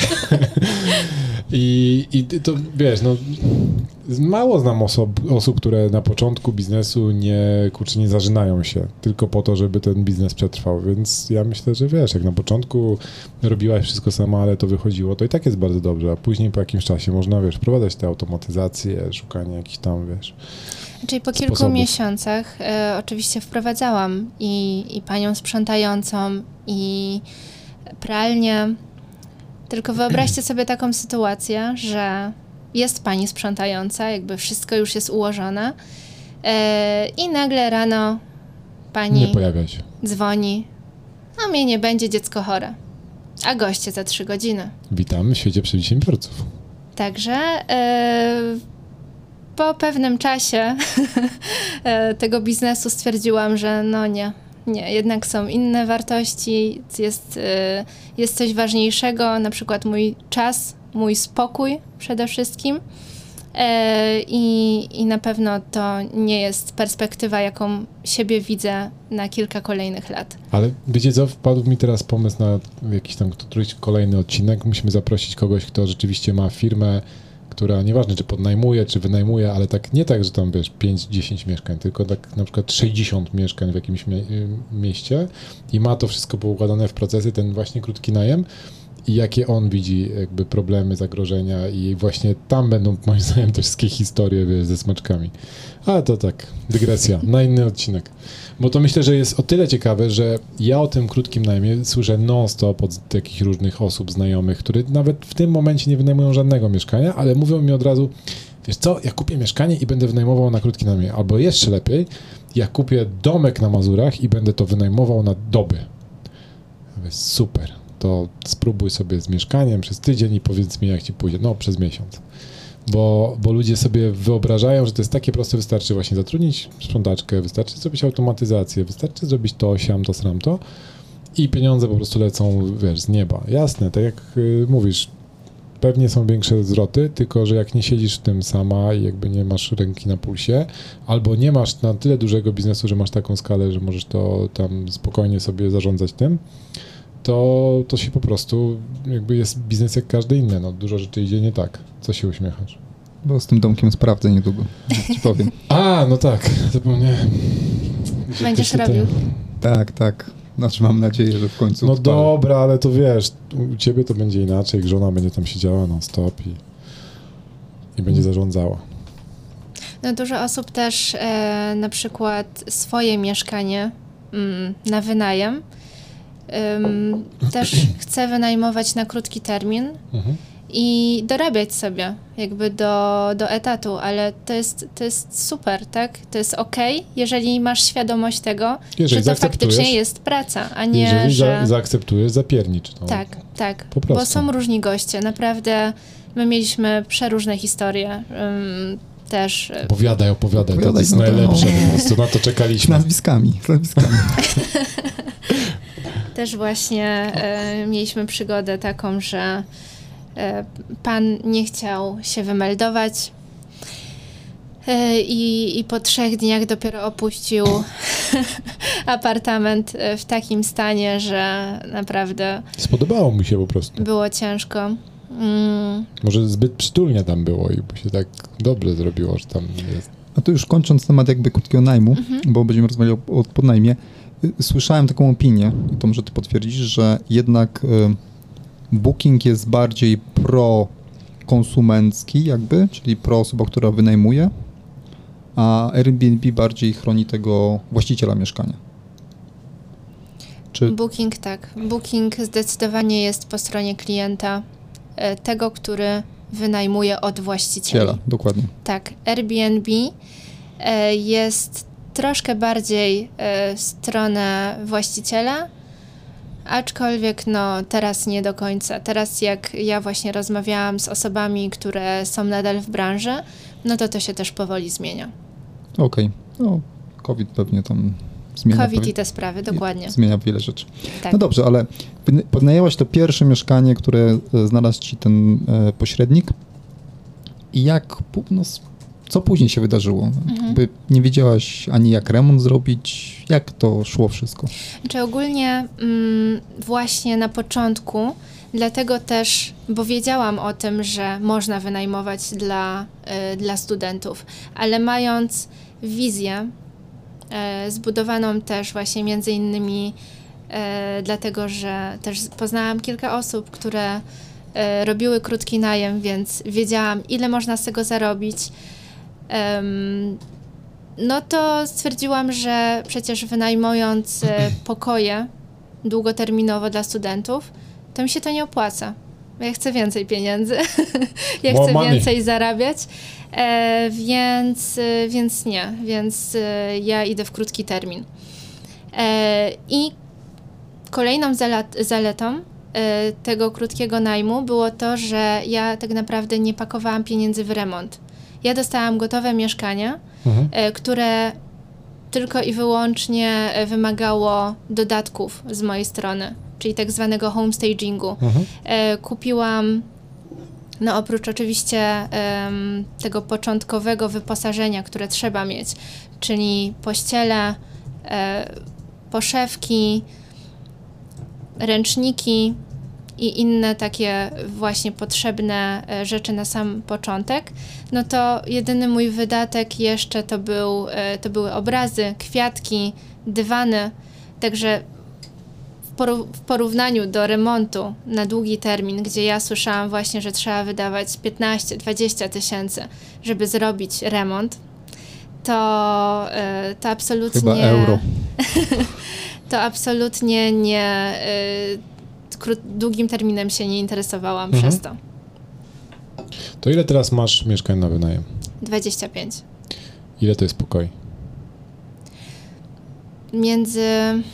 S4: I, I to wiesz, no mało znam osób, osób, które na początku biznesu nie, kurczę, nie zażynają się tylko po to, żeby ten biznes przetrwał, więc ja myślę, że wiesz, jak na początku robiłaś wszystko sama, ale to wychodziło, to i tak jest bardzo dobrze, a później po jakimś czasie można, wiesz, wprowadzać te automatyzacje, szukanie jakichś tam, wiesz,
S2: Czyli po kilku
S4: sposobów.
S2: miesiącach e, oczywiście wprowadzałam i, i panią sprzątającą, i pralnię. Tylko wyobraźcie sobie taką sytuację, że jest pani sprzątająca, jakby wszystko już jest ułożone e, i nagle rano pani
S4: Nie pojawia się.
S2: dzwoni, a mnie nie będzie, dziecko chore, a goście za trzy godziny.
S4: Witamy w świecie przedsiębiorców.
S2: Także e, po pewnym czasie e, tego biznesu stwierdziłam, że no nie, nie, jednak są inne wartości, jest, e, jest coś ważniejszego, na przykład mój czas, mój spokój przede wszystkim. E, i, I na pewno to nie jest perspektywa, jaką siebie widzę na kilka kolejnych lat.
S4: Ale wiecie co, wpadł mi teraz pomysł na jakiś tam któryś kolejny odcinek. Musimy zaprosić kogoś, kto rzeczywiście ma firmę, która nieważne, czy podnajmuje, czy wynajmuje, ale tak nie tak, że tam wiesz, pięć dziesięć mieszkań, tylko tak na przykład sześćdziesiąt mieszkań w jakimś mie- mieście i ma to wszystko poukładane w procesy, ten właśnie krótki najem i jakie on widzi jakby problemy, zagrożenia i właśnie tam będą moim zdaniem te wszystkie historie, wiesz, ze smaczkami. Ale to tak, dygresja, na inny odcinek. Bo to myślę, że jest o tyle ciekawe, że ja o tym krótkim najmie słyszę non-stop od jakichś różnych osób, znajomych, które nawet w tym momencie nie wynajmują żadnego mieszkania, ale mówią mi od razu, wiesz co, ja kupię mieszkanie i będę wynajmował na krótki najmie. Albo jeszcze lepiej, ja kupię domek na Mazurach i będę to wynajmował na doby. Ja mówię, super, to spróbuj sobie z mieszkaniem przez tydzień i powiedz mi, jak ci pójdzie. No, przez miesiąc. Bo, bo ludzie sobie wyobrażają, że to jest takie proste, wystarczy właśnie zatrudnić sprzątaczkę, wystarczy zrobić automatyzację, wystarczy zrobić to, siam to, sram to i pieniądze po prostu lecą, wiesz, z nieba. Jasne, tak jak y, mówisz, pewnie są większe zwroty, tylko że jak nie siedzisz w tym sama i jakby nie masz ręki na pulsie, albo nie masz na tyle dużego biznesu, że masz taką skalę, że możesz to tam spokojnie sobie zarządzać tym, to, to się po prostu jakby jest biznes jak każdy inny. No, dużo rzeczy idzie nie tak. Co się uśmiechasz?
S3: Bo z tym domkiem sprawdzę niedługo, ci powiem.
S4: A, no tak, zapomniałem. Że
S2: Będziesz
S4: ty się
S2: robił.
S4: ten-
S3: Tak, tak. Znaczy mam nadzieję, że w końcu
S4: No
S3: odpalę.
S4: dobra, ale to wiesz, u ciebie to będzie inaczej, jak żona będzie tam siedziała non stop i, i będzie zarządzała.
S2: No, dużo osób też e, na przykład swoje mieszkanie mm, na wynajem ym, też chce wynajmować na krótki termin
S4: Mhm.
S2: i dorabiać sobie jakby do, do etatu, ale to jest, to jest super, tak? To jest okej, jeżeli masz świadomość tego,
S4: Jeżeli
S2: że to faktycznie
S4: zaakceptujesz-
S2: jest praca, a nie,
S4: Jeżeli
S2: że...
S4: za, zaakceptujesz, zapiernicz. No.
S2: Tak, tak,
S4: Po
S2: bo
S4: prostu.
S2: są różni goście, naprawdę my mieliśmy przeróżne historie, ym, też e,
S4: Opowiadaj, opowiadaj, to
S3: Opowiadaj,
S4: jest
S3: no to-
S4: najlepsze po prostu, na to
S3: Z
S4: czekaliśmy.
S3: nazwiskami, z nazwiskami.
S2: Też właśnie e, mieliśmy przygodę taką, że e, pan nie chciał się wymeldować e, i, i po trzech dniach dopiero opuścił apartament e, w takim stanie, że naprawdę
S4: Spodobało mi się po prostu.
S2: było ciężko. Mm,
S4: Może zbyt przytulnie tam było i by się tak dobrze zrobiło, że tam jest.
S3: A to już kończąc temat jakby krótkiego najmu, bo będziemy rozmawiali o, o podnajmie, y, słyszałem taką opinię, i to może ty potwierdzisz, że jednak y, Booking jest bardziej pro-konsumencki jakby, czyli pro osoba, która wynajmuje, a Airbnb bardziej chroni tego właściciela mieszkania. Czy
S2: Booking tak. Booking zdecydowanie jest po stronie klienta, e, tego, który wynajmuje od właściciela.
S3: ciela, dokładnie.
S2: Tak, Airbnb e, jest troszkę bardziej e, stronę właściciela, Aczkolwiek no teraz nie do końca. Teraz jak ja właśnie rozmawiałam z osobami, które są nadal w branży, no to to się też powoli zmienia.
S3: Okej, okay. No COVID pewnie tam zmienia.
S2: COVID
S3: pewnie,
S2: i te sprawy, dokładnie.
S3: Zmienia wiele rzeczy.
S2: Tak.
S3: No dobrze, ale podnajęłaś to pierwsze mieszkanie, które znalazł ci ten e, pośrednik i jak, no, co później się wydarzyło?
S2: Mhm.
S3: Jakby nie wiedziałaś ani jak remont zrobić, jak to szło wszystko?
S2: Znaczy ogólnie mm, właśnie na początku, dlatego też, bo wiedziałam o tym, że można wynajmować dla, y, dla studentów, ale mając wizję y, zbudowaną też właśnie między innymi y, dlatego, że też poznałam kilka osób, które y, robiły krótki najem, więc wiedziałam, ile można z tego zarobić. Um, no to stwierdziłam, że przecież wynajmując pokoje długoterminowo dla studentów, to mi się to nie opłaca. Ja chcę więcej pieniędzy, ja
S4: More
S2: chcę
S4: money.
S2: więcej zarabiać, e, więc, więc nie, więc e, ja idę w krótki termin. E, I kolejną zalet, zaletą e, tego krótkiego najmu było to, że ja tak naprawdę nie pakowałam pieniędzy w remont. Ja dostałam gotowe mieszkanie, mhm. e, które tylko i wyłącznie wymagało dodatków z mojej strony, czyli tak zwanego homestagingu. Mhm. E, kupiłam, no oprócz oczywiście em, tego początkowego wyposażenia, które trzeba mieć, czyli pościele, e, poszewki, ręczniki i inne takie właśnie potrzebne rzeczy na sam początek, no to jedyny mój wydatek jeszcze to, był, to były obrazy, kwiatki, dywany, także w, poru- w porównaniu do remontu na długi termin, gdzie ja słyszałam właśnie, że trzeba wydawać piętnaście dwadzieścia tysięcy, żeby zrobić remont, to, to absolutnie...
S3: Chyba euro.
S2: to absolutnie nie... długim terminem się nie interesowałam mhm. przez to.
S4: To ile teraz masz mieszkań na wynajem?
S2: dwadzieścia pięć.
S4: Ile to jest pokoi?
S2: Między...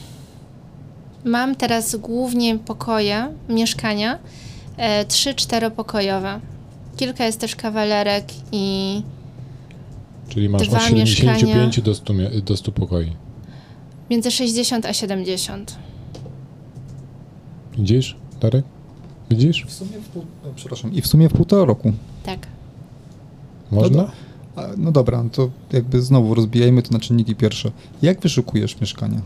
S2: Mam teraz głównie pokoje, mieszkania, e, trzy czteropokojowe. Kilka jest też kawalerek i
S4: Czyli masz
S2: dwa
S4: od siedemdziesięciu pięciu
S2: mieszkania,
S4: do stu, do stu pokoi.
S2: Między sześćdziesiąt a siedemdziesiąt.
S4: Widzisz, Darek? Widzisz?
S3: W sumie w pół, no, przepraszam, i w sumie w półtora roku.
S2: Tak.
S4: Można?
S3: No, do, no dobra, to jakby znowu rozbijajmy to na czynniki pierwsze. Jak wyszukujesz mieszkania?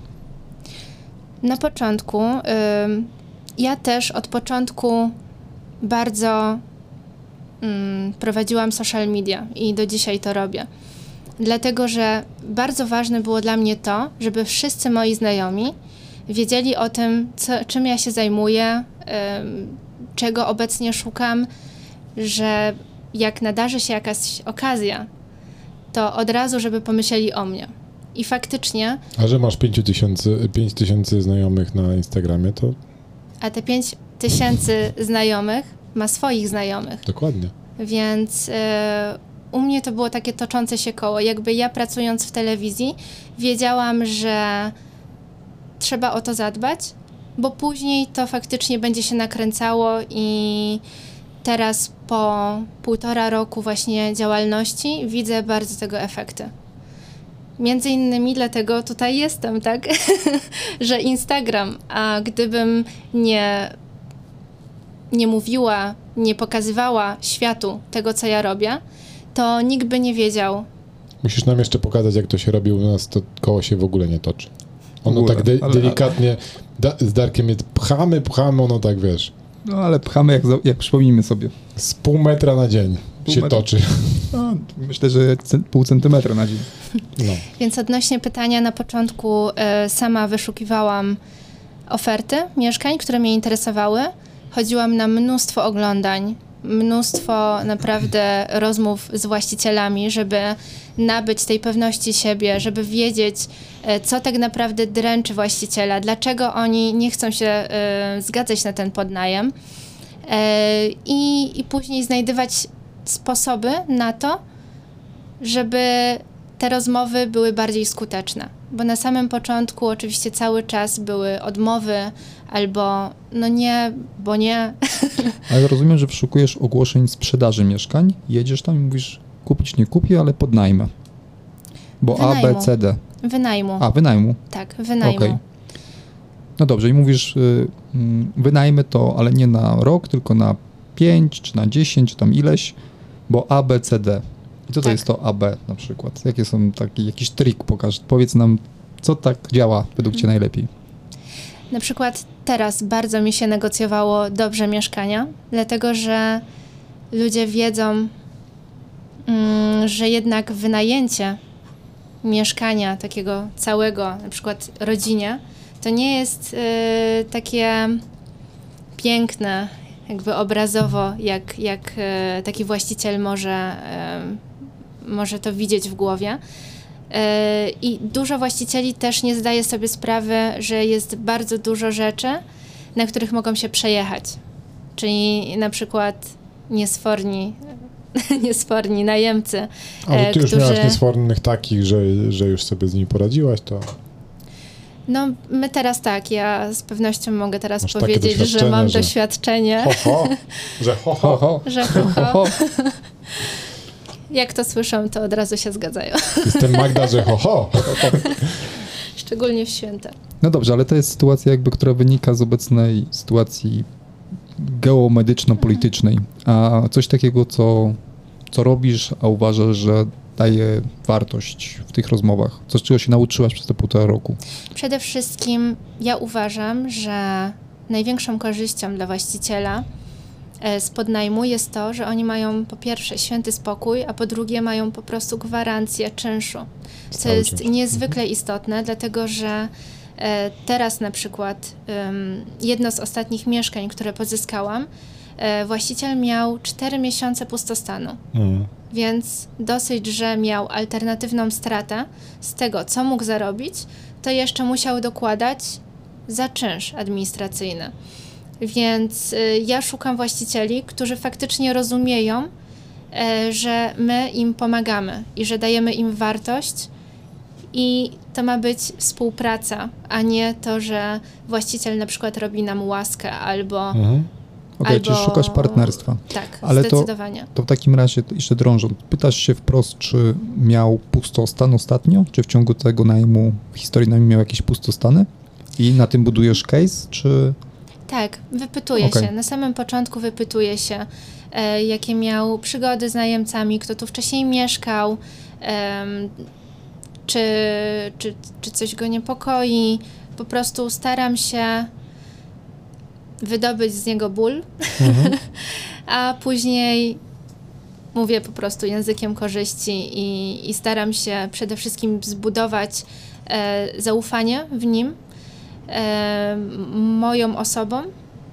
S2: Na początku, y, ja też od początku bardzo y, prowadziłam social media i do dzisiaj to robię. Dlatego, że bardzo ważne było dla mnie to, żeby wszyscy moi znajomi wiedzieli o tym, co, czym ja się zajmuję, y, czego obecnie szukam, że jak nadarzy się jakaś okazja, to od razu, żeby pomyśleli o mnie. I faktycznie...
S4: A że masz pięć tysięcy, pięć tysięcy znajomych na Instagramie, to...
S2: A te pięć tysięcy znajomych ma swoich znajomych.
S4: Dokładnie.
S2: Więc y, u mnie to było takie toczące się koło. Jakby ja pracując w telewizji wiedziałam, że trzeba o to zadbać, bo później to faktycznie będzie się nakręcało i teraz po półtora roku właśnie działalności widzę bardzo tego efekty. Między innymi dlatego tutaj jestem, tak? że Instagram, a gdybym nie, nie mówiła, nie pokazywała światu tego, co ja robię, to nikt by nie wiedział.
S4: Musisz nam jeszcze pokazać, jak to się robi u nas, to koło się w ogóle nie toczy. Ono ogóle, tak de- ale, delikatnie, da- z Darkiem je pchamy, pchamy, ono tak, wiesz.
S3: No ale pchamy, jak, jak przypomnijmy sobie.
S4: Z pół metra na dzień pół się metra. toczy.
S3: No, myślę, że pół centymetra na dzień.
S2: No. Więc odnośnie pytania, na początku y, sama wyszukiwałam oferty mieszkań, które mnie interesowały. Chodziłam na mnóstwo oglądań, mnóstwo naprawdę rozmów z właścicielami, żeby nabyć tej pewności siebie, żeby wiedzieć, y, co tak naprawdę dręczy właściciela, dlaczego oni nie chcą się y, zgadzać na ten podnajem y, i, i później znajdywać sposoby na to, żeby te rozmowy były bardziej skuteczne. bo na samym początku oczywiście cały czas były odmowy albo no nie, bo nie.
S3: Ale rozumiem, że wyszukujesz ogłoszeń sprzedaży mieszkań, jedziesz tam i mówisz kupić nie kupię, ale pod najmę. Bo
S2: Wynajmu.
S3: A, B, C, D.
S2: Wynajmu.
S3: A, wynajmu.
S2: Tak, wynajmu.
S3: Okej. No dobrze, i mówisz y, y, wynajmy to, ale nie na rok, tylko na pięć, czy na dziesięć, czy tam ileś, bo A, B, C, D. I co to
S2: Tak.
S3: jest to A, B na przykład? Jakie są taki, jakiś trik pokaż, powiedz nam, co tak działa według cię najlepiej?
S2: Na przykład teraz bardzo mi się negocjowało dobrze mieszkania, dlatego że ludzie wiedzą, mm, że jednak wynajęcie mieszkania takiego całego, na przykład rodzinie, to nie jest y, takie piękne, jakby obrazowo, jak, jak y, taki właściciel może, y, może to widzieć w głowie. I dużo właścicieli też nie zdaje sobie sprawy, że jest bardzo dużo rzeczy, na których mogą się przejechać. Czyli na przykład niesforni, niesforni najemcy,
S4: Ale ty już
S2: którzy...
S4: miałaś niesfornych takich, że, że już sobie z nimi poradziłaś, to...
S2: No my teraz tak, ja z pewnością mogę teraz
S4: Masz takie
S2: powiedzieć, że
S4: doświadczenie,
S2: mam
S4: że-
S2: doświadczenie,
S4: Ho, ho, że ho, ho.
S3: ho.
S2: że ho, ho,
S3: ho.
S2: jak to słyszą, to od razu się zgadzają.
S4: Jestem Magda, że ho, ho.
S2: Szczególnie w święta.
S3: No dobrze, ale to jest sytuacja jakby, która wynika z obecnej sytuacji geomedyczno-politycznej. A coś takiego, co, co robisz, a uważasz, że daje wartość w tych rozmowach? Co, czego się nauczyłaś przez te półtora roku?
S2: Przede wszystkim ja uważam, że największą korzyścią dla właściciela e, z podnajmu jest to, że oni mają po pierwsze święty spokój, a po drugie mają po prostu gwarancję czynszu. Co
S4: Stały
S2: jest
S4: czynsz.
S2: niezwykle istotne, dlatego że e, teraz na przykład em, jedno z ostatnich mieszkań, które pozyskałam, e, właściciel miał cztery miesiące pustostanu.
S4: Mm.
S2: Więc dosyć, że miał alternatywną stratę z tego, co mógł zarobić, to jeszcze musiał dokładać za czynsz administracyjny. Więc y, ja szukam właścicieli, którzy faktycznie rozumieją, y, że my im pomagamy i że dajemy im wartość i to ma być współpraca, a nie to, że właściciel na przykład robi nam łaskę albo...
S4: Mhm.
S3: Okej,
S2: albo...
S3: czyli szukasz partnerstwa.
S2: Tak,
S3: Ale to-
S2: zdecydowanie.
S3: To w takim razie jeszcze drążąc, pytasz się wprost, czy miał pustostan ostatnio? Czy w ciągu tego najmu w historii najmu miał jakieś pustostany? I na tym budujesz case, czy...
S2: Tak, wypytuje
S3: Okej.
S2: się. Na samym początku wypytuje się, e, jakie miał przygody z najemcami, kto tu wcześniej mieszkał, em, czy, czy, czy coś go niepokoi. Po prostu staram się wydobyć z niego ból,
S4: Mhm.
S2: a później mówię po prostu językiem korzyści i, i staram się przede wszystkim zbudować e, zaufanie w nim, e, moją osobą.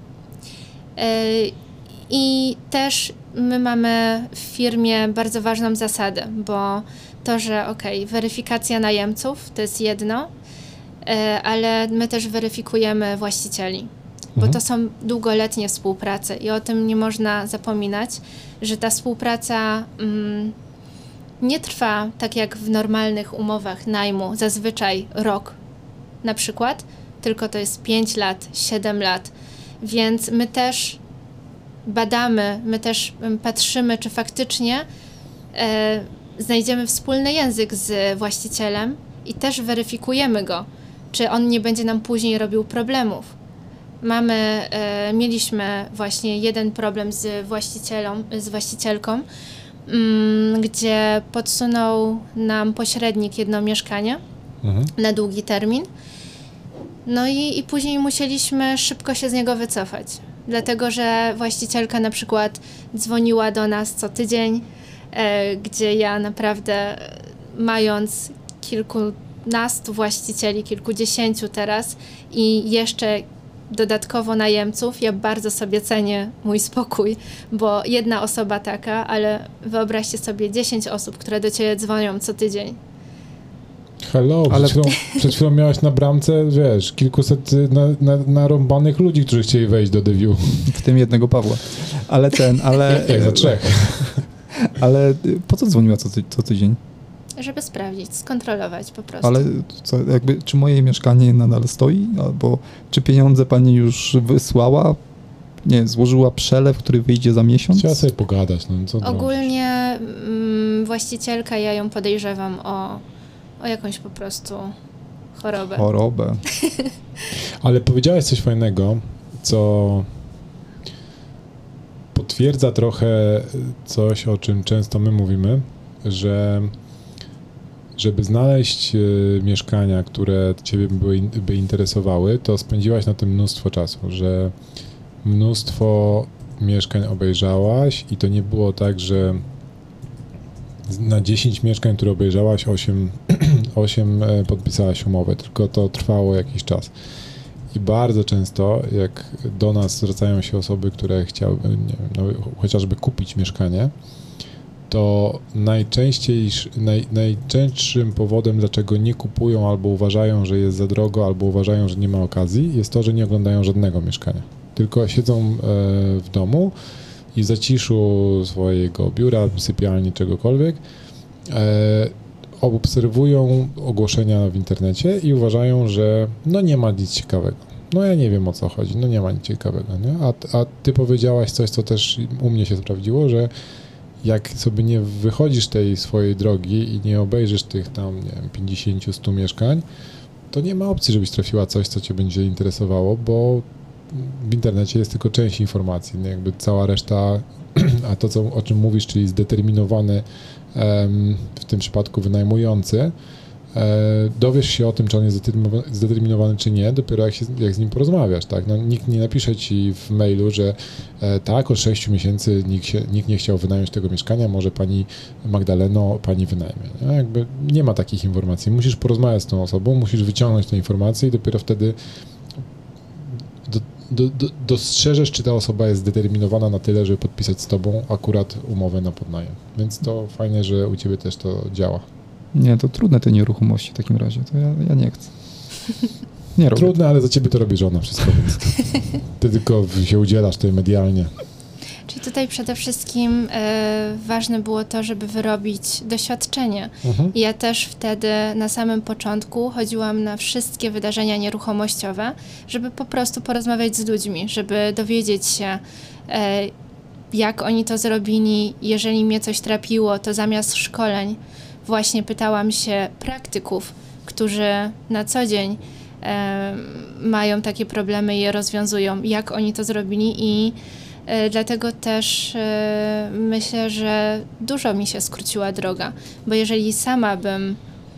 S2: E, I też my mamy w firmie bardzo ważną zasadę, bo to, że okej, weryfikacja najemców to jest jedno, e, ale my też weryfikujemy właścicieli, bo
S4: Mhm.
S2: to są długoletnie współprace i o tym nie można zapominać, że ta współpraca mm, nie trwa tak jak w normalnych umowach najmu, zazwyczaj rok na przykład, tylko to jest pięć lat, siedem lat, więc my też badamy, my też em, patrzymy, czy faktycznie e, znajdziemy wspólny język z właścicielem i też weryfikujemy go, czy on nie będzie nam później robił problemów. Mamy, e, mieliśmy właśnie jeden problem z właścicielą, z właścicielką, mm, gdzie podsunął nam pośrednik jedno mieszkanie
S4: Mhm.
S2: na długi termin. No i, i później musieliśmy szybko się z niego wycofać, dlatego że właścicielka na przykład dzwoniła do nas co tydzień, e, gdzie ja naprawdę e, mając kilkunastu właścicieli, kilkudziesięciu teraz i jeszcze dodatkowo najemców, ja bardzo sobie cenię mój spokój, bo jedna osoba taka, ale wyobraźcie sobie dziesięć osób, które do ciebie dzwonią co tydzień.
S4: Hello,
S3: Ale-
S4: przed, chwilą, przed chwilą miałaś na bramce, wiesz, kilkuset y, na, na, narąbanych ludzi, którzy chcieli wejść do The View.
S3: W tym jednego Pawła. Ale ten, ale...
S4: Jak za trzech.
S3: Ale y, po co dzwoniła co, ty, co tydzień?
S2: Żeby sprawdzić, skontrolować po prostu.
S3: Ale co, jakby, czy moje mieszkanie nadal stoi? Albo czy pieniądze pani już wysłała? Nie, złożyła przelew, który wyjdzie za miesiąc?
S4: Trzeba sobie pogadać. No, co
S2: Ogólnie mm, właścicielka, ja ją podejrzewam o, o jakąś po prostu chorobę.
S3: Chorobę.
S4: Ale powiedziałeś coś fajnego, co potwierdza trochę coś, o czym często my mówimy, że żeby znaleźć y, mieszkania, które ciebie by, by interesowały, to spędziłaś na tym mnóstwo czasu, że mnóstwo mieszkań obejrzałaś i to nie było tak, że na dziesięć mieszkań, które obejrzałaś, osiem, osiem podpisałaś umowę, tylko to trwało jakiś czas. I bardzo często, jak do nas zwracają się osoby, które chciałyby, nie wiem, no, chociażby kupić mieszkanie, to najczęściej, naj, najczęstszym powodem, dlaczego nie kupują albo uważają, że jest za drogo, albo uważają, że nie ma okazji, jest to, że nie oglądają żadnego mieszkania. Tylko siedzą e, w domu i w zaciszu swojego biura, sypialni, czegokolwiek e, obserwują ogłoszenia w internecie i uważają, że no nie ma nic ciekawego. No ja nie wiem, o co chodzi, no nie ma nic ciekawego, nie? A, a ty powiedziałaś coś, co też u mnie się sprawdziło, że jak sobie nie wychodzisz tej swojej drogi i nie obejrzysz tych tam, nie wiem, pięćdziesiąt stu mieszkań, to nie ma opcji, żebyś trafiła coś, co cię będzie interesowało, bo w internecie jest tylko część informacji, nie? Jakby cała reszta, a to, co, o czym mówisz, czyli zdeterminowany, em, w tym przypadku wynajmujący, e, dowiesz się o tym, czy on jest zdeterminowany, czy nie, dopiero jak, się, jak z nim porozmawiasz, tak? No, nikt nie napisze ci w mailu, że e, tak, od sześciu miesięcy nikt, się, nikt nie chciał wynająć tego mieszkania, może pani Magdaleno, pani wynajmie. No, jakby nie ma takich informacji. Musisz porozmawiać z tą osobą, musisz wyciągnąć te informacje i dopiero wtedy do, do, do, dostrzeżesz, czy ta osoba jest zdeterminowana na tyle, żeby podpisać z tobą akurat umowę na podnajem. Więc to fajnie, że u ciebie też to działa.
S3: Nie, to trudne te nieruchomości w takim razie, to ja, ja nie chcę. Nie robię.
S4: Trudne, ale za ciebie to robi żona wszystko, więc ty tylko się udzielasz tutaj medialnie.
S2: Czyli tutaj przede wszystkim e, ważne było to, żeby wyrobić doświadczenie.
S4: Mhm.
S2: I ja też wtedy na samym początku chodziłam na wszystkie wydarzenia nieruchomościowe, żeby po prostu porozmawiać z ludźmi, żeby dowiedzieć się, e, jak oni to zrobili. Jeżeli mnie coś trapiło, to zamiast szkoleń właśnie pytałam się praktyków, którzy na co dzień e, mają takie problemy i je rozwiązują, jak oni to zrobili i e, dlatego też e, myślę, że dużo mi się skróciła droga, bo jeżeli sama bym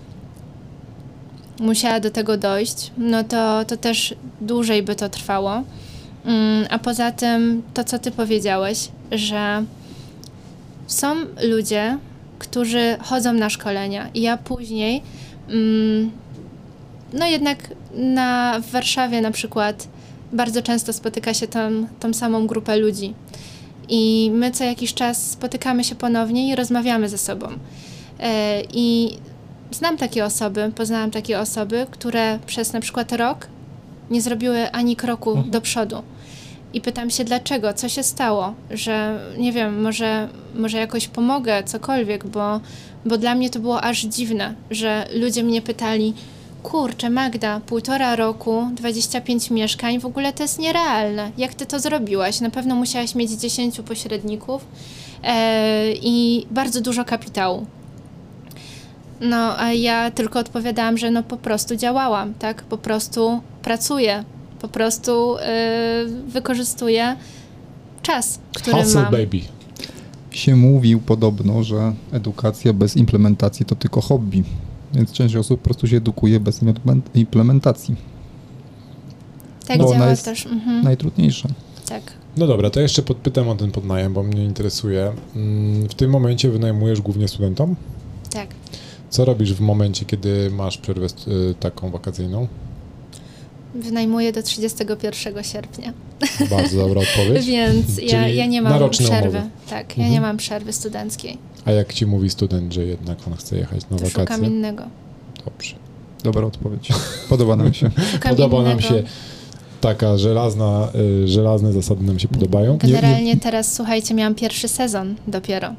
S2: musiała do tego dojść, no to, to też dłużej by to trwało. Mm, a poza tym to, co ty powiedziałeś, że są ludzie, którzy chodzą na szkolenia i ja później, mm, no jednak na, w Warszawie na przykład bardzo często spotyka się tam tą samą grupę ludzi i my co jakiś czas spotykamy się ponownie i rozmawiamy ze sobą. E, I znam takie osoby, poznałam takie osoby, które przez na przykład rok nie zrobiły ani kroku mhm. do przodu. I pytam się, dlaczego, co się stało, że nie wiem, może, może jakoś pomogę, cokolwiek, bo, bo dla mnie to było aż dziwne, że ludzie mnie pytali, kurczę Magda, półtora roku, dwadzieścia pięć mieszkań, w ogóle to jest nierealne. Jak ty to zrobiłaś? Na pewno musiałaś mieć dziesięciu pośredników e, i bardzo dużo kapitału. No, a ja tylko odpowiadałam, że no po prostu działałam, tak? Po prostu pracuję. Po prostu yy, wykorzystuję czas, który
S4: Hustle,
S2: mam.
S4: baby.
S3: Się mówił podobno, że edukacja bez implementacji to tylko hobby, więc część osób po prostu się edukuje bez implementacji.
S2: Tak
S3: no,
S2: działa
S3: jest
S2: też. Mhm.
S3: najtrudniejsze.
S2: Tak.
S4: No dobra, to jeszcze podpytam o ten podnajem, bo mnie interesuje. W tym momencie wynajmujesz głównie studentom?
S2: Tak.
S4: Co robisz w momencie, kiedy masz przerwę taką wakacyjną?
S2: Wynajmuję do trzydziestego pierwszego sierpnia.
S4: Bardzo dobra odpowiedź.
S2: Więc ja, ja nie mam przerwy.
S4: Umowy.
S2: Tak, ja
S4: mhm.
S2: nie mam przerwy studenckiej.
S4: A jak ci mówi student, że jednak on chce jechać na
S2: to
S4: wakacje?
S2: Szukam innego.
S4: Dobrze.
S3: Dobra odpowiedź. Podoba nam się.
S2: Szukam
S4: Podoba
S2: innego.
S4: nam się taka żelazna, y, żelazne zasady nam się podobają.
S2: Generalnie nie, nie... teraz, słuchajcie, miałam pierwszy sezon dopiero.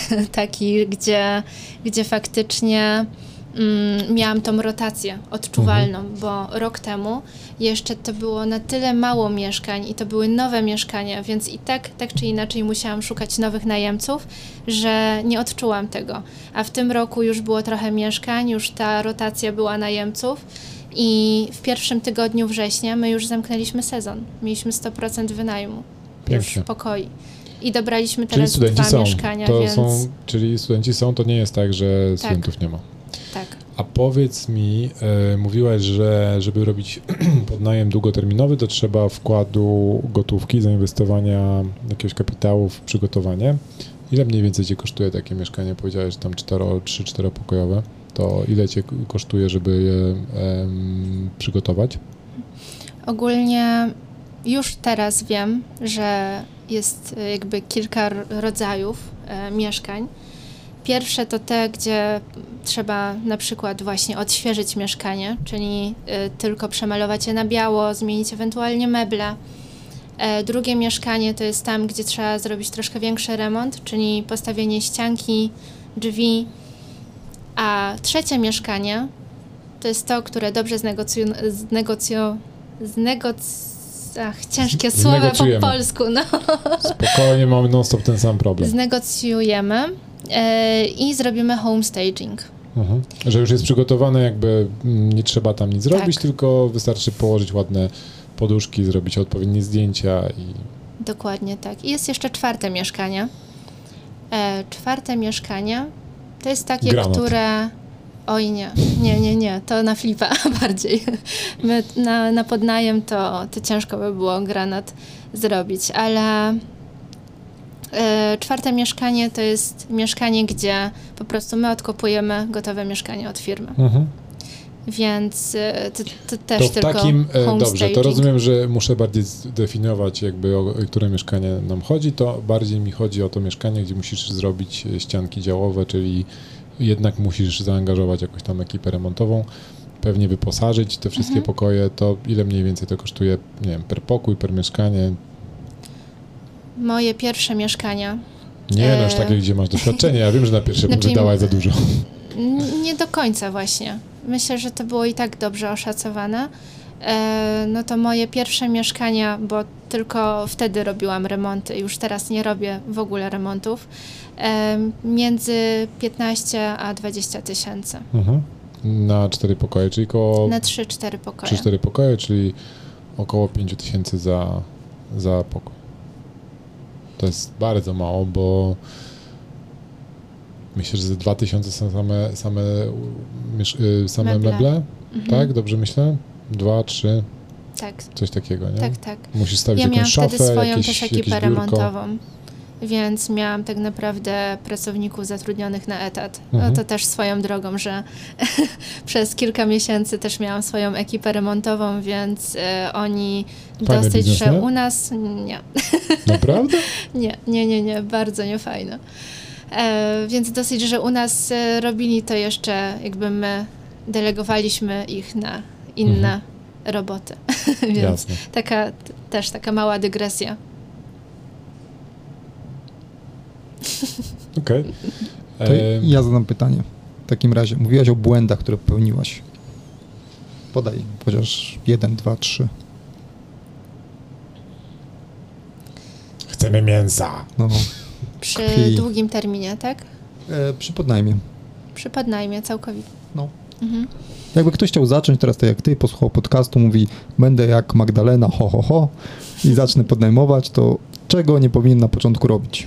S2: taki, gdzie, gdzie faktycznie mm, miałam tą rotację odczuwalną, mhm. bo rok temu jeszcze to było na tyle mało mieszkań i to były nowe mieszkania, więc i tak, tak czy inaczej musiałam szukać nowych najemców, że nie odczułam tego. A w tym roku już było trochę mieszkań, już ta rotacja była najemców i w pierwszym tygodniu września my już zamknęliśmy sezon. Mieliśmy sto procent wynajmu już pokoi. I dobraliśmy teraz
S4: czyli
S2: dwa
S4: są.
S2: mieszkania,
S4: to
S2: więc...
S4: są, czyli studenci są, to nie jest tak, że tak. studentów nie ma.
S2: Tak.
S4: A powiedz mi, e, mówiłaś, że żeby robić podnajem długoterminowy, to trzeba wkładu gotówki, zainwestowania jakiegoś kapitału w przygotowanie. Ile mniej więcej Cię kosztuje takie mieszkanie? Powiedziałeś, że tam trzy cztery pokojowe. To ile Cię kosztuje, żeby je em, przygotować?
S2: Ogólnie już teraz wiem, że jest jakby kilka rodzajów e, mieszkań. Pierwsze to te, gdzie trzeba na przykład właśnie odświeżyć mieszkanie, czyli y, tylko przemalować je na biało, zmienić ewentualnie meble. E, drugie mieszkanie to jest tam, gdzie trzeba zrobić troszkę większy remont, czyli postawienie ścianki, drzwi. A trzecie mieszkanie to jest to, które dobrze znegocju... znegocjo... znegoc... Ach, ciężkie słowa po polsku. No.
S4: Spokojnie, mamy non-stop ten sam problem.
S2: Znegocjujemy yy, i zrobimy homestaging.
S4: Mhm. Że już jest przygotowane, jakby nie trzeba tam nic robić, tak. tylko wystarczy położyć ładne poduszki, zrobić odpowiednie zdjęcia. I...
S2: Dokładnie tak. I jest jeszcze czwarte mieszkanie. E, czwarte mieszkanie to jest takie, Granat. które... Oj nie, nie, nie, nie, to na flipa bardziej. My na, na podnajem to, to ciężko by było granat zrobić, ale e, czwarte mieszkanie to jest mieszkanie, gdzie po prostu my odkopujemy gotowe mieszkanie od firmy. Mhm. Więc e, to, to też to w tylko takim, e,
S4: dobrze, to rozumiem, że muszę bardziej zdefiniować jakby o które mieszkanie nam chodzi, to bardziej mi chodzi o to mieszkanie, gdzie musisz zrobić ścianki działowe, czyli jednak musisz zaangażować jakąś tam ekipę remontową, pewnie wyposażyć te wszystkie mhm. pokoje, to ile mniej więcej to kosztuje, nie wiem, per pokój, per mieszkanie?
S2: Moje pierwsze mieszkania.
S4: Nie, no już takie, gdzie masz doświadczenie, ja wiem, że na pierwsze znaczy, wydałaś za dużo.
S2: Nie do końca właśnie. Myślę, że to było i tak dobrze oszacowane. No to moje pierwsze mieszkania, bo tylko wtedy robiłam remonty, już teraz nie robię w ogóle remontów, między piętnaście a dwadzieścia tysięcy.
S4: Mhm. Na cztery pokoje, czyli koło...
S2: Na trzy cztery pokoje.
S4: trzy cztery pokoje, czyli około pięć tysięcy za, za pokój. To jest bardzo mało, bo myślę, że za dwa tysiące są same, same, same meble, meble mhm. tak? Dobrze myślę? Dwa, trzy,
S2: tak.
S4: coś takiego, nie?
S2: Tak, tak.
S4: Musisz stawić
S2: ja
S4: jakąś szafę,
S2: wtedy swoją
S4: jakieś,
S2: też ekipę remontową, więc miałam tak naprawdę pracowników zatrudnionych na etat. Mhm. No to też swoją drogą, że przez kilka miesięcy też miałam swoją ekipę remontową, więc e, oni
S4: Fajny
S2: dosyć,
S4: biznes,
S2: że
S4: nie?
S2: u nas nie.
S4: Naprawdę?
S2: nie, nie, nie, nie, bardzo niefajne. E, więc dosyć, że u nas e, robili to jeszcze, jakby my delegowaliśmy ich na inne mhm. roboty. Więc Jasne. taka t- też taka mała dygresja.
S4: Okej.
S3: Okay. Ja zadam pytanie. W takim razie, mówiłaś o błędach, które popełniłaś. Podaj chociaż jeden, dwa, trzy.
S4: Chcemy mięsa.
S3: No.
S2: Przy długim terminie, tak?
S3: E, przy podnajmie.
S2: Przy podnajmie, całkowicie.
S3: No. Mhm. Jakby ktoś chciał zacząć teraz tak jak ty, posłuchał podcastu, mówi będę jak Magdalena, ho, ho, ho i zacznę podnajmować, to czego nie powinien na początku robić?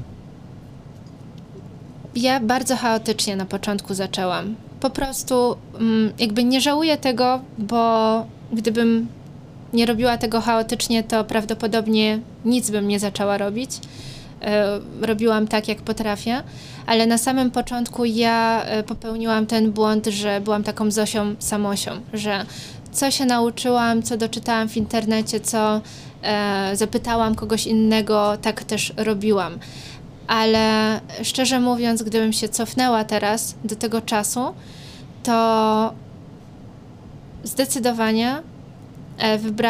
S2: Ja bardzo chaotycznie na początku zaczęłam. Po prostu mm, jakby nie żałuję tego, bo gdybym nie robiła tego chaotycznie, to prawdopodobnie nic bym nie zaczęła robić. E, robiłam tak, jak potrafię, ale na samym początku ja e, popełniłam ten błąd, że byłam taką Zosią Samosią, że co się nauczyłam, co doczytałam w internecie, co e, zapytałam kogoś innego, tak też robiłam. Ale szczerze mówiąc, gdybym się cofnęła teraz do tego czasu, to zdecydowanie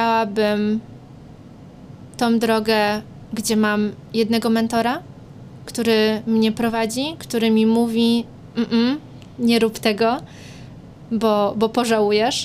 S2: wybrałabym tą drogę, gdzie mam jednego mentora, który mnie prowadzi, który mi mówi Mm-mm, nie rób tego, bo, bo pożałujesz.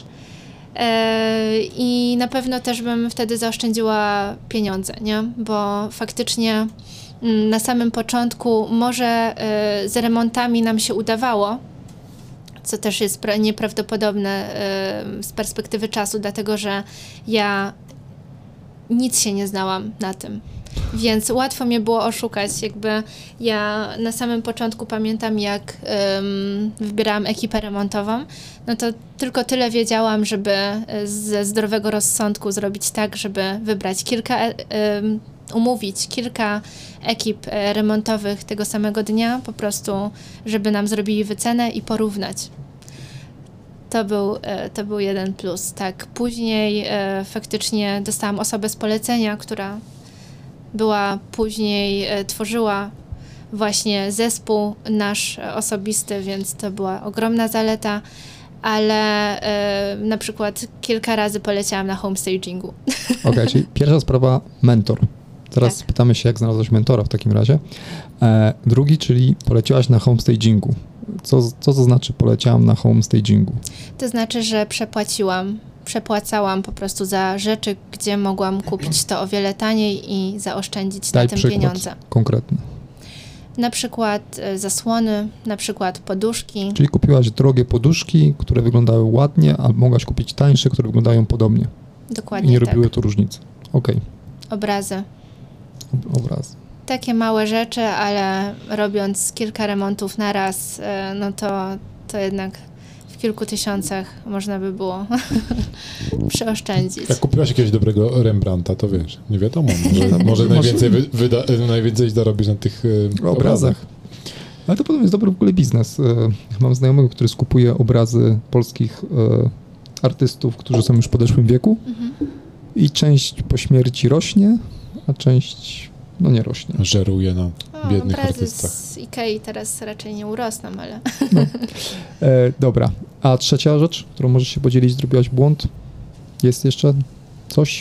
S2: I na pewno też bym wtedy zaoszczędziła pieniądze, nie? Bo faktycznie na samym początku może z remontami nam się udawało, co też jest nieprawdopodobne z perspektywy czasu, dlatego że ja nic się nie znałam na tym. Więc łatwo mnie było oszukać. Jakby ja na samym początku pamiętam, jak um, wybierałam ekipę remontową, no to tylko tyle wiedziałam, żeby ze zdrowego rozsądku zrobić tak, żeby wybrać kilka, um, umówić kilka ekip remontowych tego samego dnia, po prostu, żeby nam zrobili wycenę i porównać. To był, to był jeden plus, tak. Później e, faktycznie dostałam osobę z polecenia, która była później, e, tworzyła właśnie zespół nasz osobisty, więc to była ogromna zaleta, ale e, na przykład kilka razy poleciałam na homestagingu.
S3: Okej, okay, czyli pierwsza sprawa, mentor. Teraz tak. Pytamy się, jak znalazłaś mentora w takim razie. E, drugi, czyli poleciałaś na homestagingu. Co, co to znaczy poleciałam na homestagingu?
S2: To znaczy, że przepłaciłam. Przepłacałam po prostu za rzeczy, gdzie mogłam kupić to o wiele taniej i zaoszczędzić
S3: Daj
S2: na tym
S3: przykład
S2: pieniądze.
S3: Konkretny.
S2: Na przykład zasłony, na przykład poduszki.
S3: Czyli kupiłaś drogie poduszki, które wyglądały ładnie, a mogłaś kupić tańsze, które wyglądają podobnie.
S2: Dokładnie
S3: I nie
S2: tak.
S3: robiły to różnicy. Okej. Okay.
S2: Obrazy.
S3: Ob- obrazy.
S2: Takie małe rzeczy, ale robiąc kilka remontów na raz, no to, to jednak w kilku tysiącach można by było przeoszczędzić.
S4: Jak kupiłaś jakiegoś dobrego Rembrandta, to wiesz, nie wiadomo, może, może najwięcej, wy, wyda, najwięcej zarobisz na tych e, obrazach.
S3: Ale to podobno jest dobry w ogóle biznes. Mam znajomego, który skupuje obrazy polskich e, artystów, którzy są już w podeszłym wieku mhm. i część po śmierci rośnie, a część no nie rośnie.
S4: Żeruje na
S2: o,
S4: biednych
S2: obrazy
S4: artystach.
S2: Z Ikei teraz raczej nie urosną, ale...
S3: No. E, dobra. A trzecia rzecz, którą możesz się podzielić, zrobiłaś błąd? Jest jeszcze coś?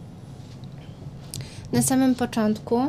S2: Na samym początku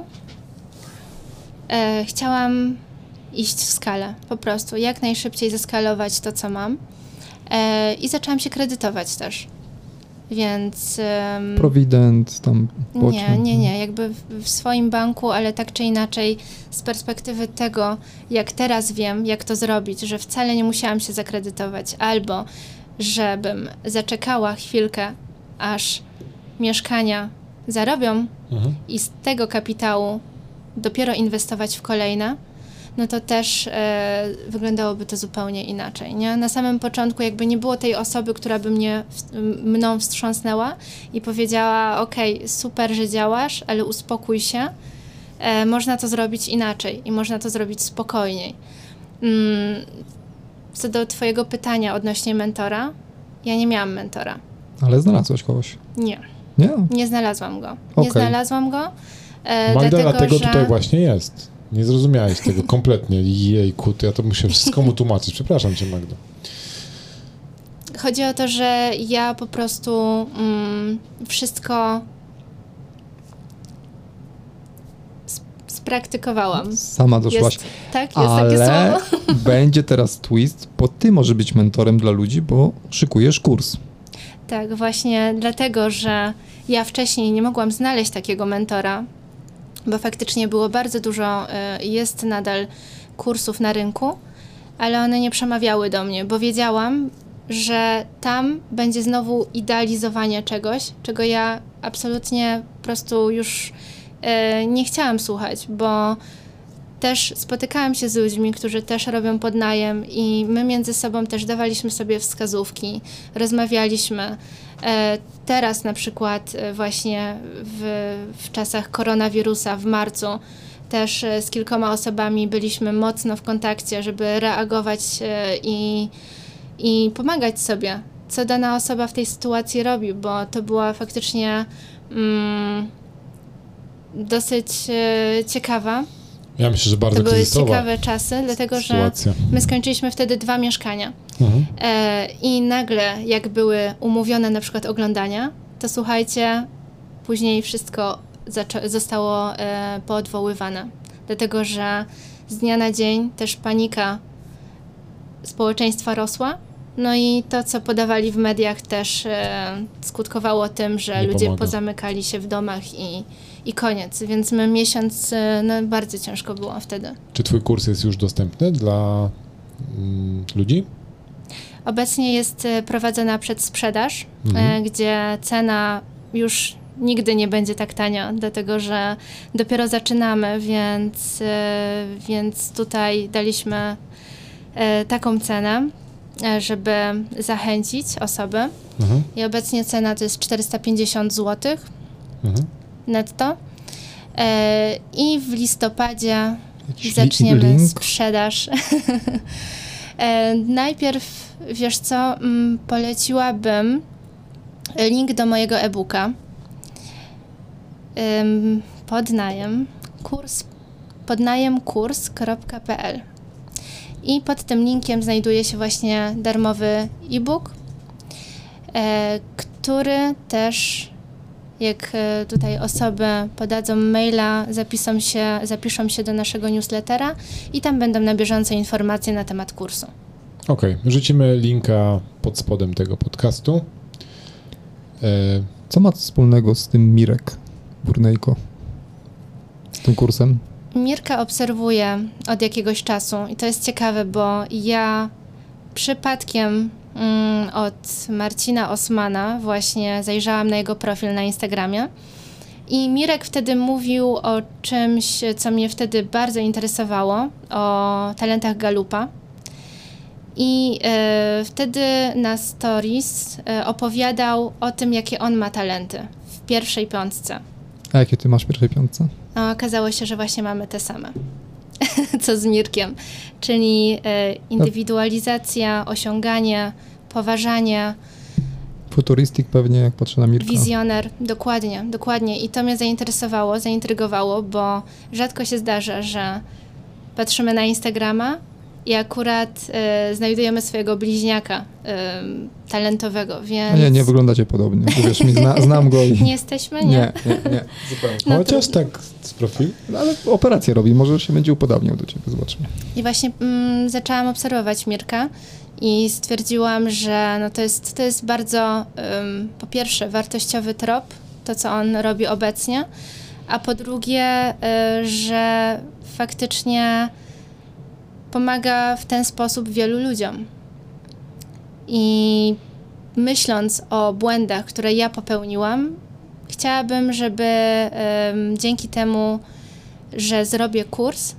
S2: e, chciałam iść w skalę, po prostu jak najszybciej zeskalować to, co mam e, i zaczęłam się kredytować też. Więc... Um,
S3: Prowident, tam...
S2: Nie, nie, nie. Jakby w, w swoim banku, ale tak czy inaczej z perspektywy tego, jak teraz wiem, jak to zrobić, że wcale nie musiałam się zakredytować, albo żebym zaczekała chwilkę, aż mieszkania zarobią mhm. i z tego kapitału dopiero inwestować w kolejne, no to też e, wyglądałoby to zupełnie inaczej, nie? Na samym początku jakby nie było tej osoby, która by mnie, w, mną wstrząsnęła i powiedziała, okej, okay, super, że działasz, ale uspokój się, e, można to zrobić inaczej i można to zrobić spokojniej. Mm, co do twojego pytania odnośnie mentora, ja nie miałam mentora.
S3: Ale znalazłaś kogoś?
S2: Nie.
S3: Nie?
S2: Nie znalazłam go.
S3: Okay.
S2: Nie znalazłam go, e,
S4: Magda,
S2: dlatego,
S4: dlatego
S2: że...
S4: tutaj właśnie jest. Nie zrozumiałeś tego kompletnie. Jejku, to ja to muszę wszystko mu tłumaczyć. Przepraszam cię, Magdo.
S2: Chodzi o to, że ja po prostu mm, wszystko sp- spraktykowałam.
S3: Sama doszłaś.
S2: Jest, tak, jest
S3: ale
S2: takie słowo.
S3: Będzie teraz twist, bo ty możesz być mentorem dla ludzi, bo szykujesz kurs.
S2: Tak, właśnie dlatego, że ja wcześniej nie mogłam znaleźć takiego mentora, bo faktycznie było bardzo dużo, jest nadal kursów na rynku, ale one nie przemawiały do mnie, bo wiedziałam, że tam będzie znowu idealizowanie czegoś, czego ja absolutnie po prostu już nie chciałam słuchać, bo też spotykałam się z ludźmi, którzy też robią podnajem i my między sobą też dawaliśmy sobie wskazówki, rozmawialiśmy. Teraz na przykład właśnie w, w czasach koronawirusa w marcu też z kilkoma osobami byliśmy mocno w kontakcie, żeby reagować i, i pomagać sobie, co dana osoba w tej sytuacji robi, bo to była faktycznie mm, dosyć ciekawa.
S4: Ja myślę, że bardzo
S2: To były
S4: kryzysowa
S2: ciekawe czasy, dlatego
S4: sytuacja.
S2: że my skończyliśmy wtedy dwa mieszkania
S4: mhm.
S2: e, i nagle jak były umówione na przykład oglądania, to słuchajcie, później wszystko zaczą- zostało e, poodwoływane. dlatego że z dnia na dzień też panika społeczeństwa rosła. No i to, co podawali w mediach, też e, skutkowało tym, że
S4: Nie
S2: ludzie
S4: pomaga.
S2: pozamykali się w domach i, i koniec. Więc my miesiąc, e, no bardzo ciężko było wtedy.
S4: Czy twój kurs jest już dostępny dla mm, ludzi?
S2: Obecnie jest e, prowadzona przedsprzedaż,
S4: Mhm.
S2: e, gdzie cena już nigdy nie będzie tak tania, dlatego że dopiero zaczynamy, więc, e, więc tutaj daliśmy e, taką cenę, e, żeby zachęcić osoby.
S4: Mhm.
S2: I obecnie cena to jest czterysta pięćdziesiąt złotych
S4: Mhm.
S2: netto. E, I w listopadzie
S3: Jakiś
S2: zaczniemy
S3: link?
S2: sprzedaż. e, najpierw, wiesz co, m, poleciłabym link do mojego e-booka ym, podnajem kurs podnajemkurs kropka p l i pod tym linkiem znajduje się właśnie darmowy e-book, e, który też, jak e, tutaj osoby podadzą maila, zapiszą się, zapiszą się do naszego newslettera i tam będą na bieżąco informacje na temat kursu.
S4: Okej, rzucimy linka pod spodem tego podcastu. E,
S3: Co ma wspólnego z tym Mirek Burnejko? Z tym kursem?
S2: Mirka obserwuję od jakiegoś czasu i to jest ciekawe, bo ja przypadkiem mm, od Marcina Osmana właśnie zajrzałam na jego profil na Instagramie i Mirek wtedy mówił o czymś, co mnie wtedy bardzo interesowało, o talentach Galupa. I e, wtedy na stories e, opowiadał o tym, jakie on ma talenty w pierwszej piątce.
S3: A jakie ty masz w pierwszej piątce?
S2: A okazało się, że właśnie mamy te same, co z Mirkiem, czyli e, indywidualizacja, osiąganie, poważanie,
S3: Futuristik pewnie, jak patrzę na Mirka.
S2: wizjoner, dokładnie, dokładnie. I to mnie zainteresowało, zaintrygowało, bo rzadko się zdarza, że patrzymy na Instagrama i akurat e, znajdujemy swojego bliźniaka e, talentowego, więc...
S3: A nie, nie wyglądacie podobnie. Wiesz, mi zna, znam go i...
S2: Nie jesteśmy? Nie.
S3: nie, nie, nie, zupełnie.
S2: No
S4: Chociaż
S2: to-
S4: tak z profilu.
S3: No, ale operację robi, może się będzie upodabniał do ciebie, zobaczymy.
S2: I właśnie mm, zaczęłam obserwować Mirka i stwierdziłam, że no to, jest, to jest bardzo, ym, po pierwsze, wartościowy trop, to co on robi obecnie, a po drugie, y, że faktycznie pomaga w ten sposób wielu ludziom. I myśląc o błędach, które ja popełniłam, chciałabym, żeby ym, dzięki temu, że zrobię kurs,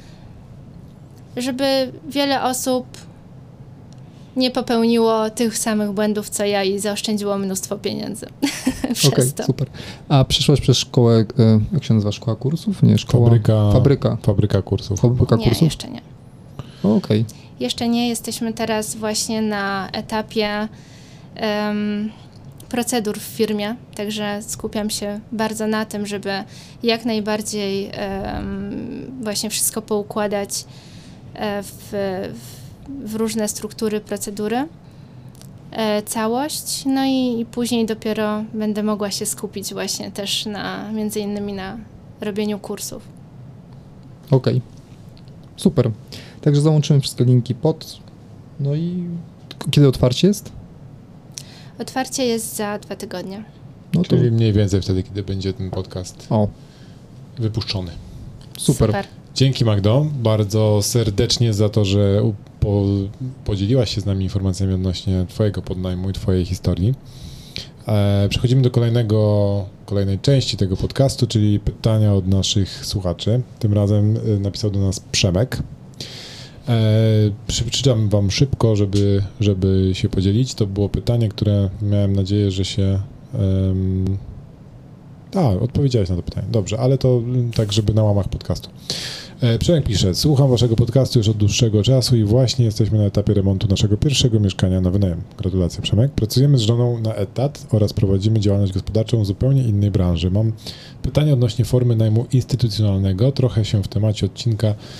S2: żeby wiele osób nie popełniło tych samych błędów, co ja i zaoszczędziło mnóstwo pieniędzy przez
S3: Okej,
S2: to.
S3: super. A przyszłaś przez szkołę, e, jak się nazywa, szkoła kursów? Nie, szkoła...
S4: Fabryka,
S3: Fabryka.
S4: fabryka kursów.
S3: Fabryka
S2: Nie,
S3: kursów?
S2: jeszcze nie.
S3: Okej.
S2: Jeszcze nie. Jesteśmy teraz właśnie na etapie em, procedur w firmie, także skupiam się bardzo na tym, żeby jak najbardziej em, właśnie wszystko poukładać e, w, w, w różne struktury, procedury, e, całość, no i, i później dopiero będę mogła się skupić właśnie też na, między innymi na robieniu kursów.
S3: Okej. Super. Także załączymy wszystkie linki pod. No i kiedy otwarcie jest?
S2: Otwarcie jest za dwa tygodnie.
S3: No to...
S4: Czyli mniej więcej wtedy, kiedy będzie ten podcast
S3: O,
S4: wypuszczony.
S3: super.
S2: Super.
S4: Dzięki, Magdo, bardzo serdecznie za to, że u- po, podzieliłaś się z nami informacjami odnośnie twojego podnajmu i twojej historii. E, przechodzimy do kolejnego, kolejnej części tego podcastu, czyli pytania od naszych słuchaczy. Tym razem e, napisał do nas Przemek. E, przeczytam wam szybko, żeby, żeby się podzielić. To było pytanie, które miałem nadzieję, że się... em, A, odpowiedziałeś na to pytanie. Dobrze, ale to mm, tak, żeby na łamach podcastu. E, Przemek pisze, słucham waszego podcastu już od dłuższego czasu i właśnie jesteśmy na etapie remontu naszego pierwszego mieszkania na wynajem. Gratulacje, Przemek. Pracujemy z żoną na etat oraz prowadzimy działalność gospodarczą w zupełnie innej branży. Mam pytanie odnośnie formy najmu instytucjonalnego. Trochę się w temacie odcinka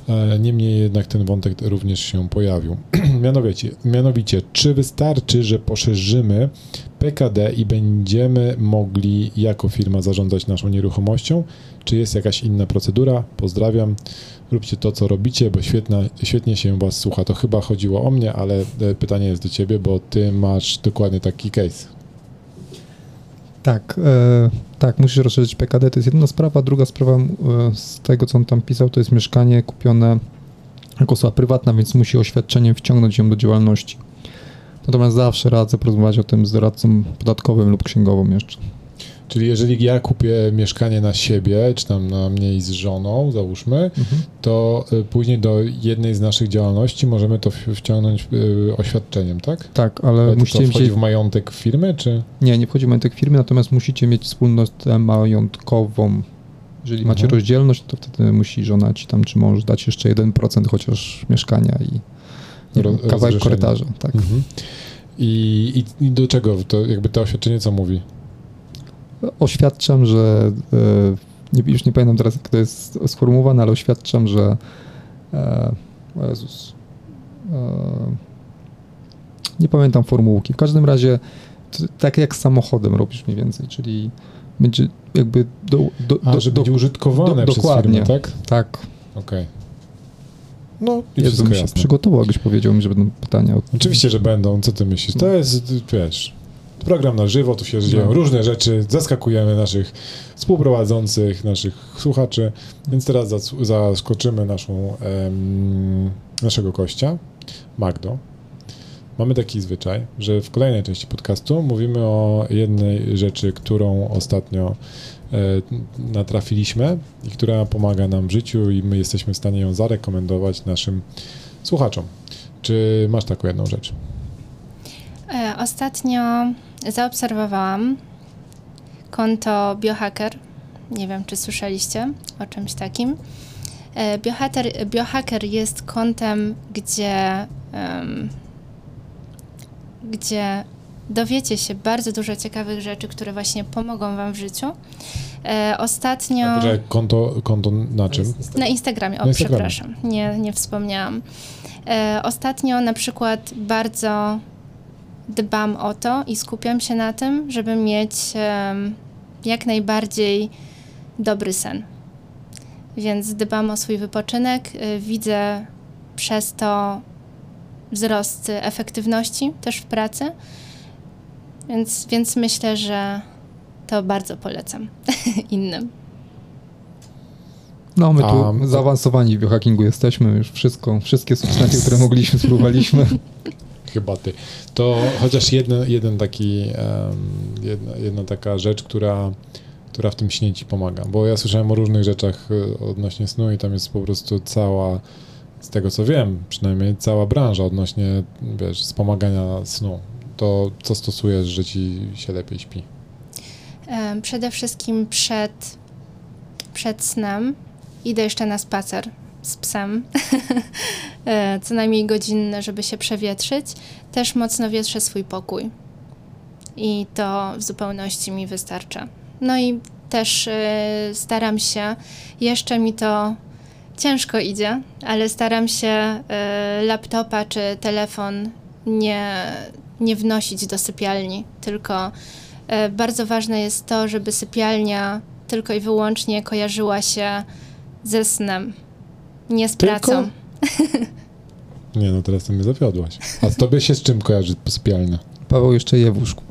S4: E, niemniej jednak ten wątek również się pojawił. mianowicie, mianowicie, czy wystarczy, że poszerzymy P K D i będziemy mogli jako firma zarządzać naszą nieruchomością? Czy jest jakaś inna procedura? Pozdrawiam. Róbcie to, co robicie, bo świetna, świetnie się was słucha. To chyba chodziło o mnie, ale pytanie jest do ciebie, bo ty masz dokładnie taki case.
S3: Tak, e, tak, musisz rozszerzyć P K D, to jest jedna sprawa. Druga sprawa e, z tego, co on tam pisał, to jest mieszkanie kupione jako osoba prywatna, więc musi oświadczeniem wciągnąć ją do działalności. Natomiast zawsze radzę porozmawiać o tym z doradcą podatkowym lub księgowym jeszcze.
S4: Czyli jeżeli ja kupię mieszkanie na siebie, czy tam na mnie i z żoną, załóżmy, mhm. to y, później do jednej z naszych działalności możemy to w, wciągnąć y, oświadczeniem, tak?
S3: Tak, ale, ale musicie
S4: to wchodzi
S3: mieć...
S4: w majątek firmy, czy?
S3: Nie, nie wchodzi w majątek firmy, natomiast musicie mieć wspólnotę majątkową. Jeżeli mhm. macie rozdzielność, to wtedy musi żona ci tam, czy mąż dać jeszcze jeden procent chociaż mieszkania i nie Ro, wiem, kawałek korytarza. Tak. Mhm.
S4: I, i, I do czego? To jakby to oświadczenie co mówi?
S3: Oświadczam, że nie, już nie pamiętam teraz, jak to jest sformułowane, ale oświadczam, że e, o Jezus, e, nie pamiętam formułki. W każdym razie to, tak jak z samochodem robisz mniej więcej, czyli będzie jakby do, do,
S4: A,
S3: do,
S4: że
S3: do,
S4: będzie użytkowane
S3: do,
S4: przez
S3: dokładnie,
S4: firmę, tak?
S3: Tak.
S4: Okej. Okay. No i
S3: Jezu,
S4: wszystko
S3: się
S4: jasne.
S3: przygotował, jakbyś powiedział mi, że będą pytania. Od...
S4: Oczywiście, że będą. Co ty myślisz? To jest, wiesz... Program na żywo, tu się dzieją no. różne rzeczy, zaskakujemy naszych współprowadzących, naszych słuchaczy, więc teraz zaskoczymy naszą, em, naszego gościa, Magdo. Mamy taki zwyczaj, że w kolejnej części podcastu mówimy o jednej rzeczy, którą ostatnio e, natrafiliśmy i która pomaga nam w życiu i my jesteśmy w stanie ją zarekomendować naszym słuchaczom. Czy masz taką jedną rzecz?
S2: Ostatnio zaobserwowałam konto Biohacker. Nie wiem, czy słyszeliście o czymś takim. Biohacker, Biohacker jest kontem, gdzie, um, gdzie dowiecie się bardzo dużo ciekawych rzeczy, które właśnie pomogą wam w życiu. E, ostatnio...
S4: A proszę, konto, konto na czym?
S2: Na Instagramie, o
S4: na Instagramie.
S2: przepraszam, nie, nie wspomniałam. E, ostatnio na przykład bardzo dbam o to i skupiam się na tym, żeby mieć um, jak najbardziej dobry sen. Więc dbam o swój wypoczynek, y, widzę przez to wzrost efektywności też w pracy, więc, więc myślę, że to bardzo polecam innym.
S3: No, my tu
S4: A,
S3: zaawansowani w biohackingu jesteśmy, już wszystko, wszystkie substancje, które mogliśmy, spróbowaliśmy.
S4: Chyba ty. To chociaż jeden, jeden taki, um, jedna, jedna taka rzecz, która, która w tym śnie ci pomaga. Bo ja słyszałem o różnych rzeczach odnośnie snu i tam jest po prostu cała, z tego co wiem, przynajmniej cała branża odnośnie, wiesz, wspomagania snu. To co stosujesz, że ci się lepiej śpi?
S2: Przede wszystkim przed, przed snem idę jeszcze na spacer z psem, co najmniej godzinny, żeby się przewietrzyć. Też mocno wietrzę swój pokój i to w zupełności mi wystarcza. No i też y, staram się, jeszcze mi to ciężko idzie, ale staram się y, laptopa czy telefon nie, nie wnosić do sypialni, tylko y, bardzo ważne jest to, żeby sypialnia tylko i wyłącznie kojarzyła się ze snem, nie z
S4: Tylko?
S2: pracą.
S4: Nie, no teraz to mnie zawiodłaś. A tobie się z czym kojarzy sypialnia?
S3: Paweł jeszcze je w łóżku.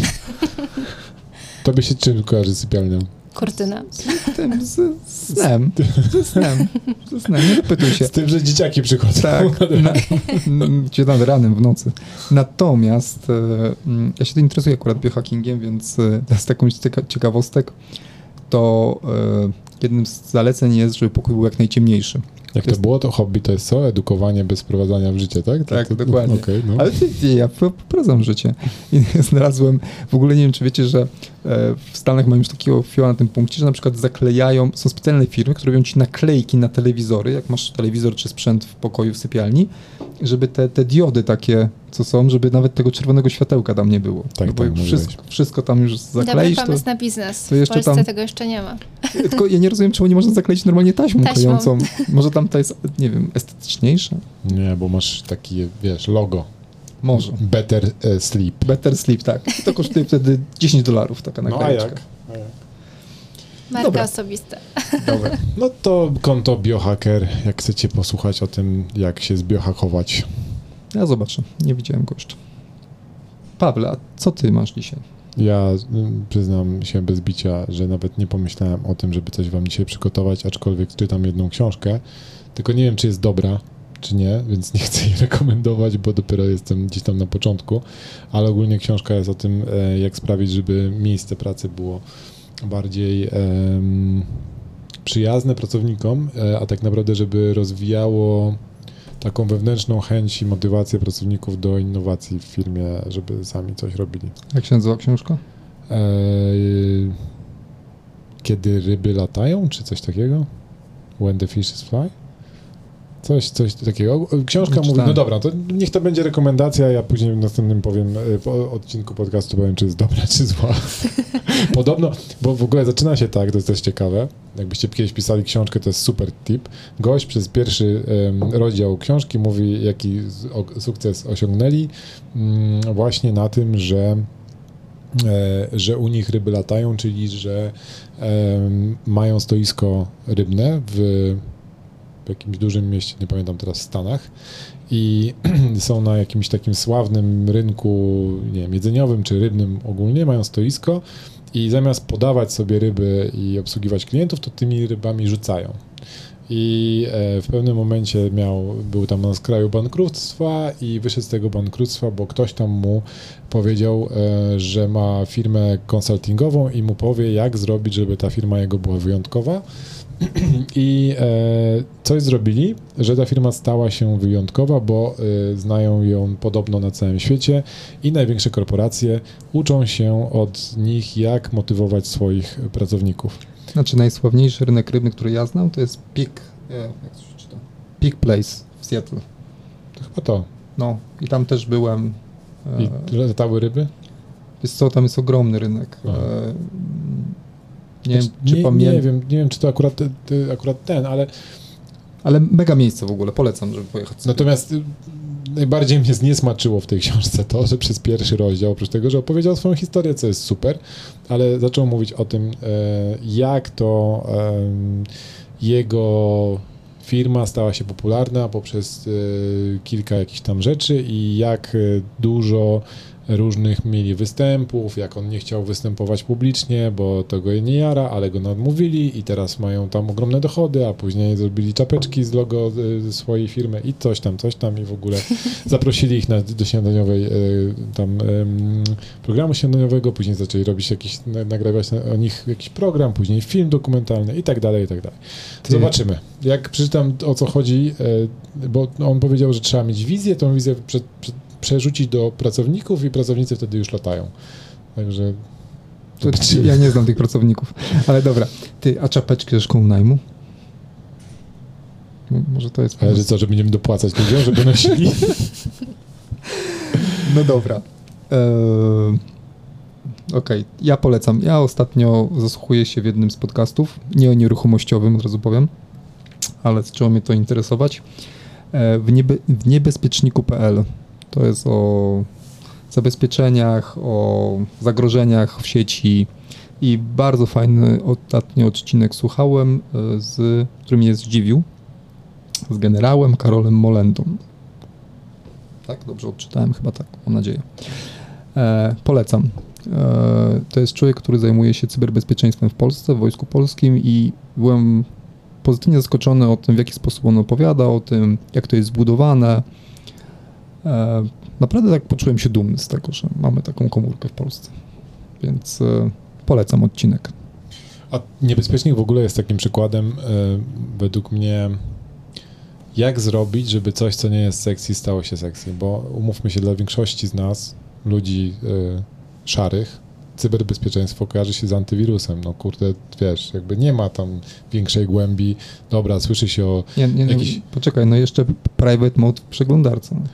S4: Tobie się z czym kojarzy sypialnia?
S2: Kurtyna.
S3: Z tym, z, z snem. Ze snem. Ze snem, nie dopytuj się.
S4: Z tym, że dzieciaki przychodzą.
S3: Tak, na, czy nad ranem w nocy. Natomiast e, ja się interesuję akurat biohackingiem, więc e, z taką cieka- ciekawostek to e, jednym z zaleceń jest, żeby pokój był jak najciemniejszy.
S4: Jak to, to było, to hobby to jest co? Edukowanie bez wprowadzania w życie, tak?
S3: Tak,
S4: to,
S3: dokładnie.
S4: Okay, no.
S3: Ale ty, ty, ja wprowadzam życie. I znalazłem, w ogóle nie wiem, czy wiecie, że w Stanach mają już takiego fiła na tym punkcie, że na przykład zaklejają, są specjalne firmy, które robią ci naklejki na telewizory, jak masz telewizor czy sprzęt w pokoju, w sypialni, żeby te, te diody takie, co są, żeby nawet tego czerwonego światełka tam nie było.
S4: Tak,
S3: no bo
S4: tak,
S3: wszystko, wszystko tam już zakleisz.
S2: Dobry pomysł
S3: to,
S2: na biznes.
S3: to
S2: w Polsce
S3: tam,
S2: tego jeszcze nie ma.
S3: Tylko ja nie rozumiem, czemu nie można zakleić normalnie taśmą,
S2: Taśmą.
S3: klejącą. Może tam ta jest, nie wiem, estetyczniejsza?
S4: Nie, bo masz takie, wiesz, logo.
S3: Może.
S4: Better e, Sleep.
S3: Better Sleep, tak. To kosztuje wtedy dziesięć dolarów taka
S4: No a
S3: naklejeczka.
S4: jak? A jak?
S2: Marka
S3: Dobra.
S2: osobista.
S3: Dobra.
S4: No to konto Biohacker, jak chcecie posłuchać o tym, jak się zbiohakować.
S3: Ja zobaczę. Nie widziałem go jeszcze. Pawle, a co ty masz dzisiaj?
S4: Ja mm, przyznam się bez bicia, że nawet nie pomyślałem o tym, żeby coś wam dzisiaj przygotować, aczkolwiek czytam jedną książkę, tylko nie wiem, czy jest dobra, czy nie, więc nie chcę jej rekomendować, bo dopiero jestem gdzieś tam na początku, ale ogólnie książka jest o tym, e, jak sprawić, żeby miejsce pracy było bardziej em, przyjazne pracownikom, e, a tak naprawdę, żeby rozwijało taką wewnętrzną chęć i motywację pracowników do innowacji w firmie, żeby sami coś robili.
S3: Jak się nazywa książka?
S4: E, kiedy ryby latają, czy coś takiego? When the fishes fly? Coś, coś takiego. Książka
S3: Nie
S4: mówi,
S3: czytałem.
S4: no dobra, to niech to będzie rekomendacja, ja później w następnym powiem, e, po odcinku podcastu powiem, czy jest dobra, czy zła. Podobno, bo w ogóle zaczyna się tak, to jest też ciekawe, jakbyście kiedyś pisali książkę, to jest super tip. Gość przez pierwszy em, rozdział książki mówi, jaki z, o, sukces osiągnęli mm, właśnie na tym, że E, że u nich ryby latają, czyli że e, mają stoisko rybne w, w jakimś dużym mieście, nie pamiętam teraz, w Stanach i są na jakimś takim sławnym rynku, nie wiem, jedzeniowym czy rybnym ogólnie, mają stoisko i zamiast podawać sobie ryby i obsługiwać klientów, to tymi rybami rzucają. I e, w pewnym momencie miał, był tam na skraju bankructwa i wyszedł z tego bankructwa, bo ktoś tam mu powiedział, e, że ma firmę konsultingową i mu powie, jak zrobić, żeby ta firma jego była wyjątkowa. I e, coś zrobili, że ta firma stała się wyjątkowa, bo e, znają ją podobno na całym świecie i największe korporacje uczą się od nich, jak motywować swoich pracowników.
S3: Znaczy najsławniejszy rynek rybny, który ja znam, to jest Pig, e, jak to się czyta? Pig Place w Seattle.
S4: To chyba to.
S3: No i tam też byłem. E,
S4: I latały ryby?
S3: Wiesz co, tam jest ogromny rynek.
S4: Aha.
S3: E, nie wiem, czy
S4: nie,
S3: pamiętam.
S4: nie wiem, nie wiem, czy to akurat, ty, akurat ten, ale
S3: Ale mega miejsce w ogóle, polecam, żeby pojechać sobie.
S4: natomiast y, najbardziej mnie zniesmaczyło w tej książce to, że przez pierwszy rozdział, oprócz tego, że opowiedział swoją historię, co jest super, ale zaczął mówić o tym, e, jak to e, jego firma stała się popularna poprzez e, kilka jakichś tam rzeczy i jak e, dużo różnych mieli występów, jak on nie chciał występować publicznie, bo to go nie jara, ale go nadmówili i teraz mają tam ogromne dochody, a później zrobili czapeczki z logo y, swojej firmy i coś tam, coś tam i w ogóle zaprosili ich na, do śniadaniowej y, tam y, programu śniadaniowego, później zaczęli robić jakiś, nagrywać na, o nich jakiś program, później film dokumentalny i tak dalej, i tak dalej.
S3: Ty-
S4: Zobaczymy. Jak przeczytam, o co chodzi, y, bo on powiedział, że trzeba mieć wizję, tą wizję przed, przed przerzucić do pracowników i pracownicy wtedy już latają. Także
S3: To, ja nie znam tych pracowników. Ale dobra. Ty, a czapeczki ze szkoły najmu? No, może to jest...
S4: Ale że co, że będziemy dopłacać ludziom, żeby nosili?
S3: No dobra. Eee, Okej, ja polecam. Ja ostatnio zasłuchuję się w jednym z podcastów, nie o nieruchomościowym, od razu powiem, ale zaczęło mnie to interesować. E, w, niebe, w niebezpieczniku kropka pe el. To jest o zabezpieczeniach, o zagrożeniach w sieci i bardzo fajny ostatni odcinek słuchałem, e, z który mnie zdziwił, z generałem Karolem Molendą. Tak? Dobrze odczytałem? Chyba tak, mam nadzieję. E, polecam. E, to jest człowiek, który zajmuje się cyberbezpieczeństwem w Polsce, w Wojsku Polskim i byłem pozytywnie zaskoczony o tym, w jaki sposób on opowiada, o tym, jak to jest zbudowane. E, naprawdę tak poczułem się dumny z tego, że mamy taką komórkę w Polsce. Więc e, polecam odcinek.
S4: A niebezpiecznik w ogóle jest takim przykładem, e, według mnie, jak zrobić, żeby coś, co nie jest sexy, stało się sexy, bo umówmy się, dla większości z nas, ludzi e, szarych, cyberbezpieczeństwo kojarzy się z antywirusem. No kurde, wiesz, jakby nie ma tam większej głębi. Dobra, słyszy się o
S3: Nie, nie,
S4: jakiś...
S3: Poczekaj, no jeszcze private mode w przeglądarce.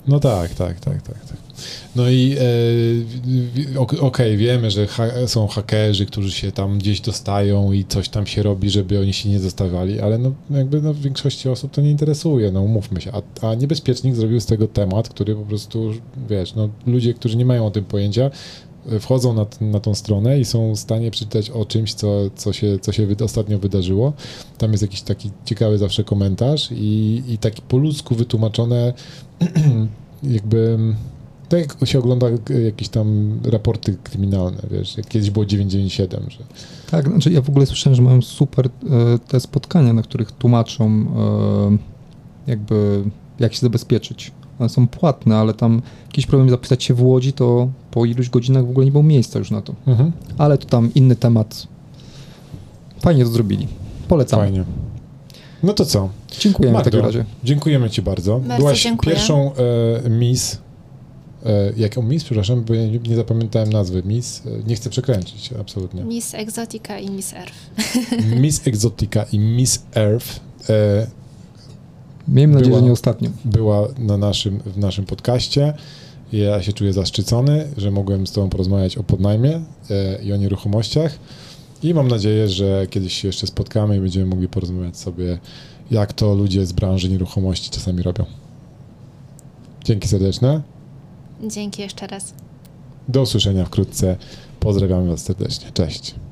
S4: No tak, tak, tak, tak, tak. No i e, okej, okay, wiemy, że ha- są hakerzy, którzy się tam gdzieś dostają i coś tam się robi, żeby oni się nie dostawiali, ale no jakby no, w większości osób to nie interesuje, no umówmy się. A, a Niebezpiecznik zrobił z tego temat, który po prostu, wiesz, no ludzie, którzy nie mają o tym pojęcia, wchodzą na, t- na tą stronę i są w stanie przeczytać o czymś, co, co się, co się wy- ostatnio wydarzyło. Tam jest jakiś taki ciekawy zawsze komentarz i, i taki po ludzku wytłumaczone jakby tak jak się ogląda jakieś tam raporty kryminalne, wiesz, jak kiedyś było dziewięćset dziewięćdziesiąt siedem, że...
S3: Tak, znaczy ja w ogóle słyszałem, że mają super e, te spotkania, na których tłumaczą e, jakby jak się zabezpieczyć. One są płatne, ale tam jakiś problem zapisać się w Łodzi, to po iluś godzinach w ogóle nie było miejsca już na to.
S4: Mhm.
S3: Ale to tam inny temat. Fajnie to zrobili. Polecam.
S4: Fajnie. No to co?
S3: Dziękujemy
S4: Magdo,
S3: w takim razie.
S4: dziękujemy ci bardzo.
S2: Bardzo
S4: Byłaś
S2: dziękuję.
S4: pierwszą e, Miss. E, jaką Miss? Przepraszam, bo ja nie, nie zapamiętałem nazwy. Miss. E, nie chcę przekręcić, absolutnie.
S2: Miss Exotica i Miss Earth.
S4: Miss Exotica i Miss Earth e,
S3: Miejmy nadzieję,
S4: była-
S3: że nie ostatnio.
S4: była na naszym, w naszym podcaście. Ja się czuję zaszczycony, że mogłem z tobą porozmawiać o podnajmie e, i o nieruchomościach. I mam nadzieję, że kiedyś się jeszcze spotkamy i będziemy mogli porozmawiać sobie, jak to ludzie z branży nieruchomości czasami robią. Dzięki serdeczne.
S2: Dzięki jeszcze raz.
S4: Do usłyszenia wkrótce. Pozdrawiamy was serdecznie. Cześć.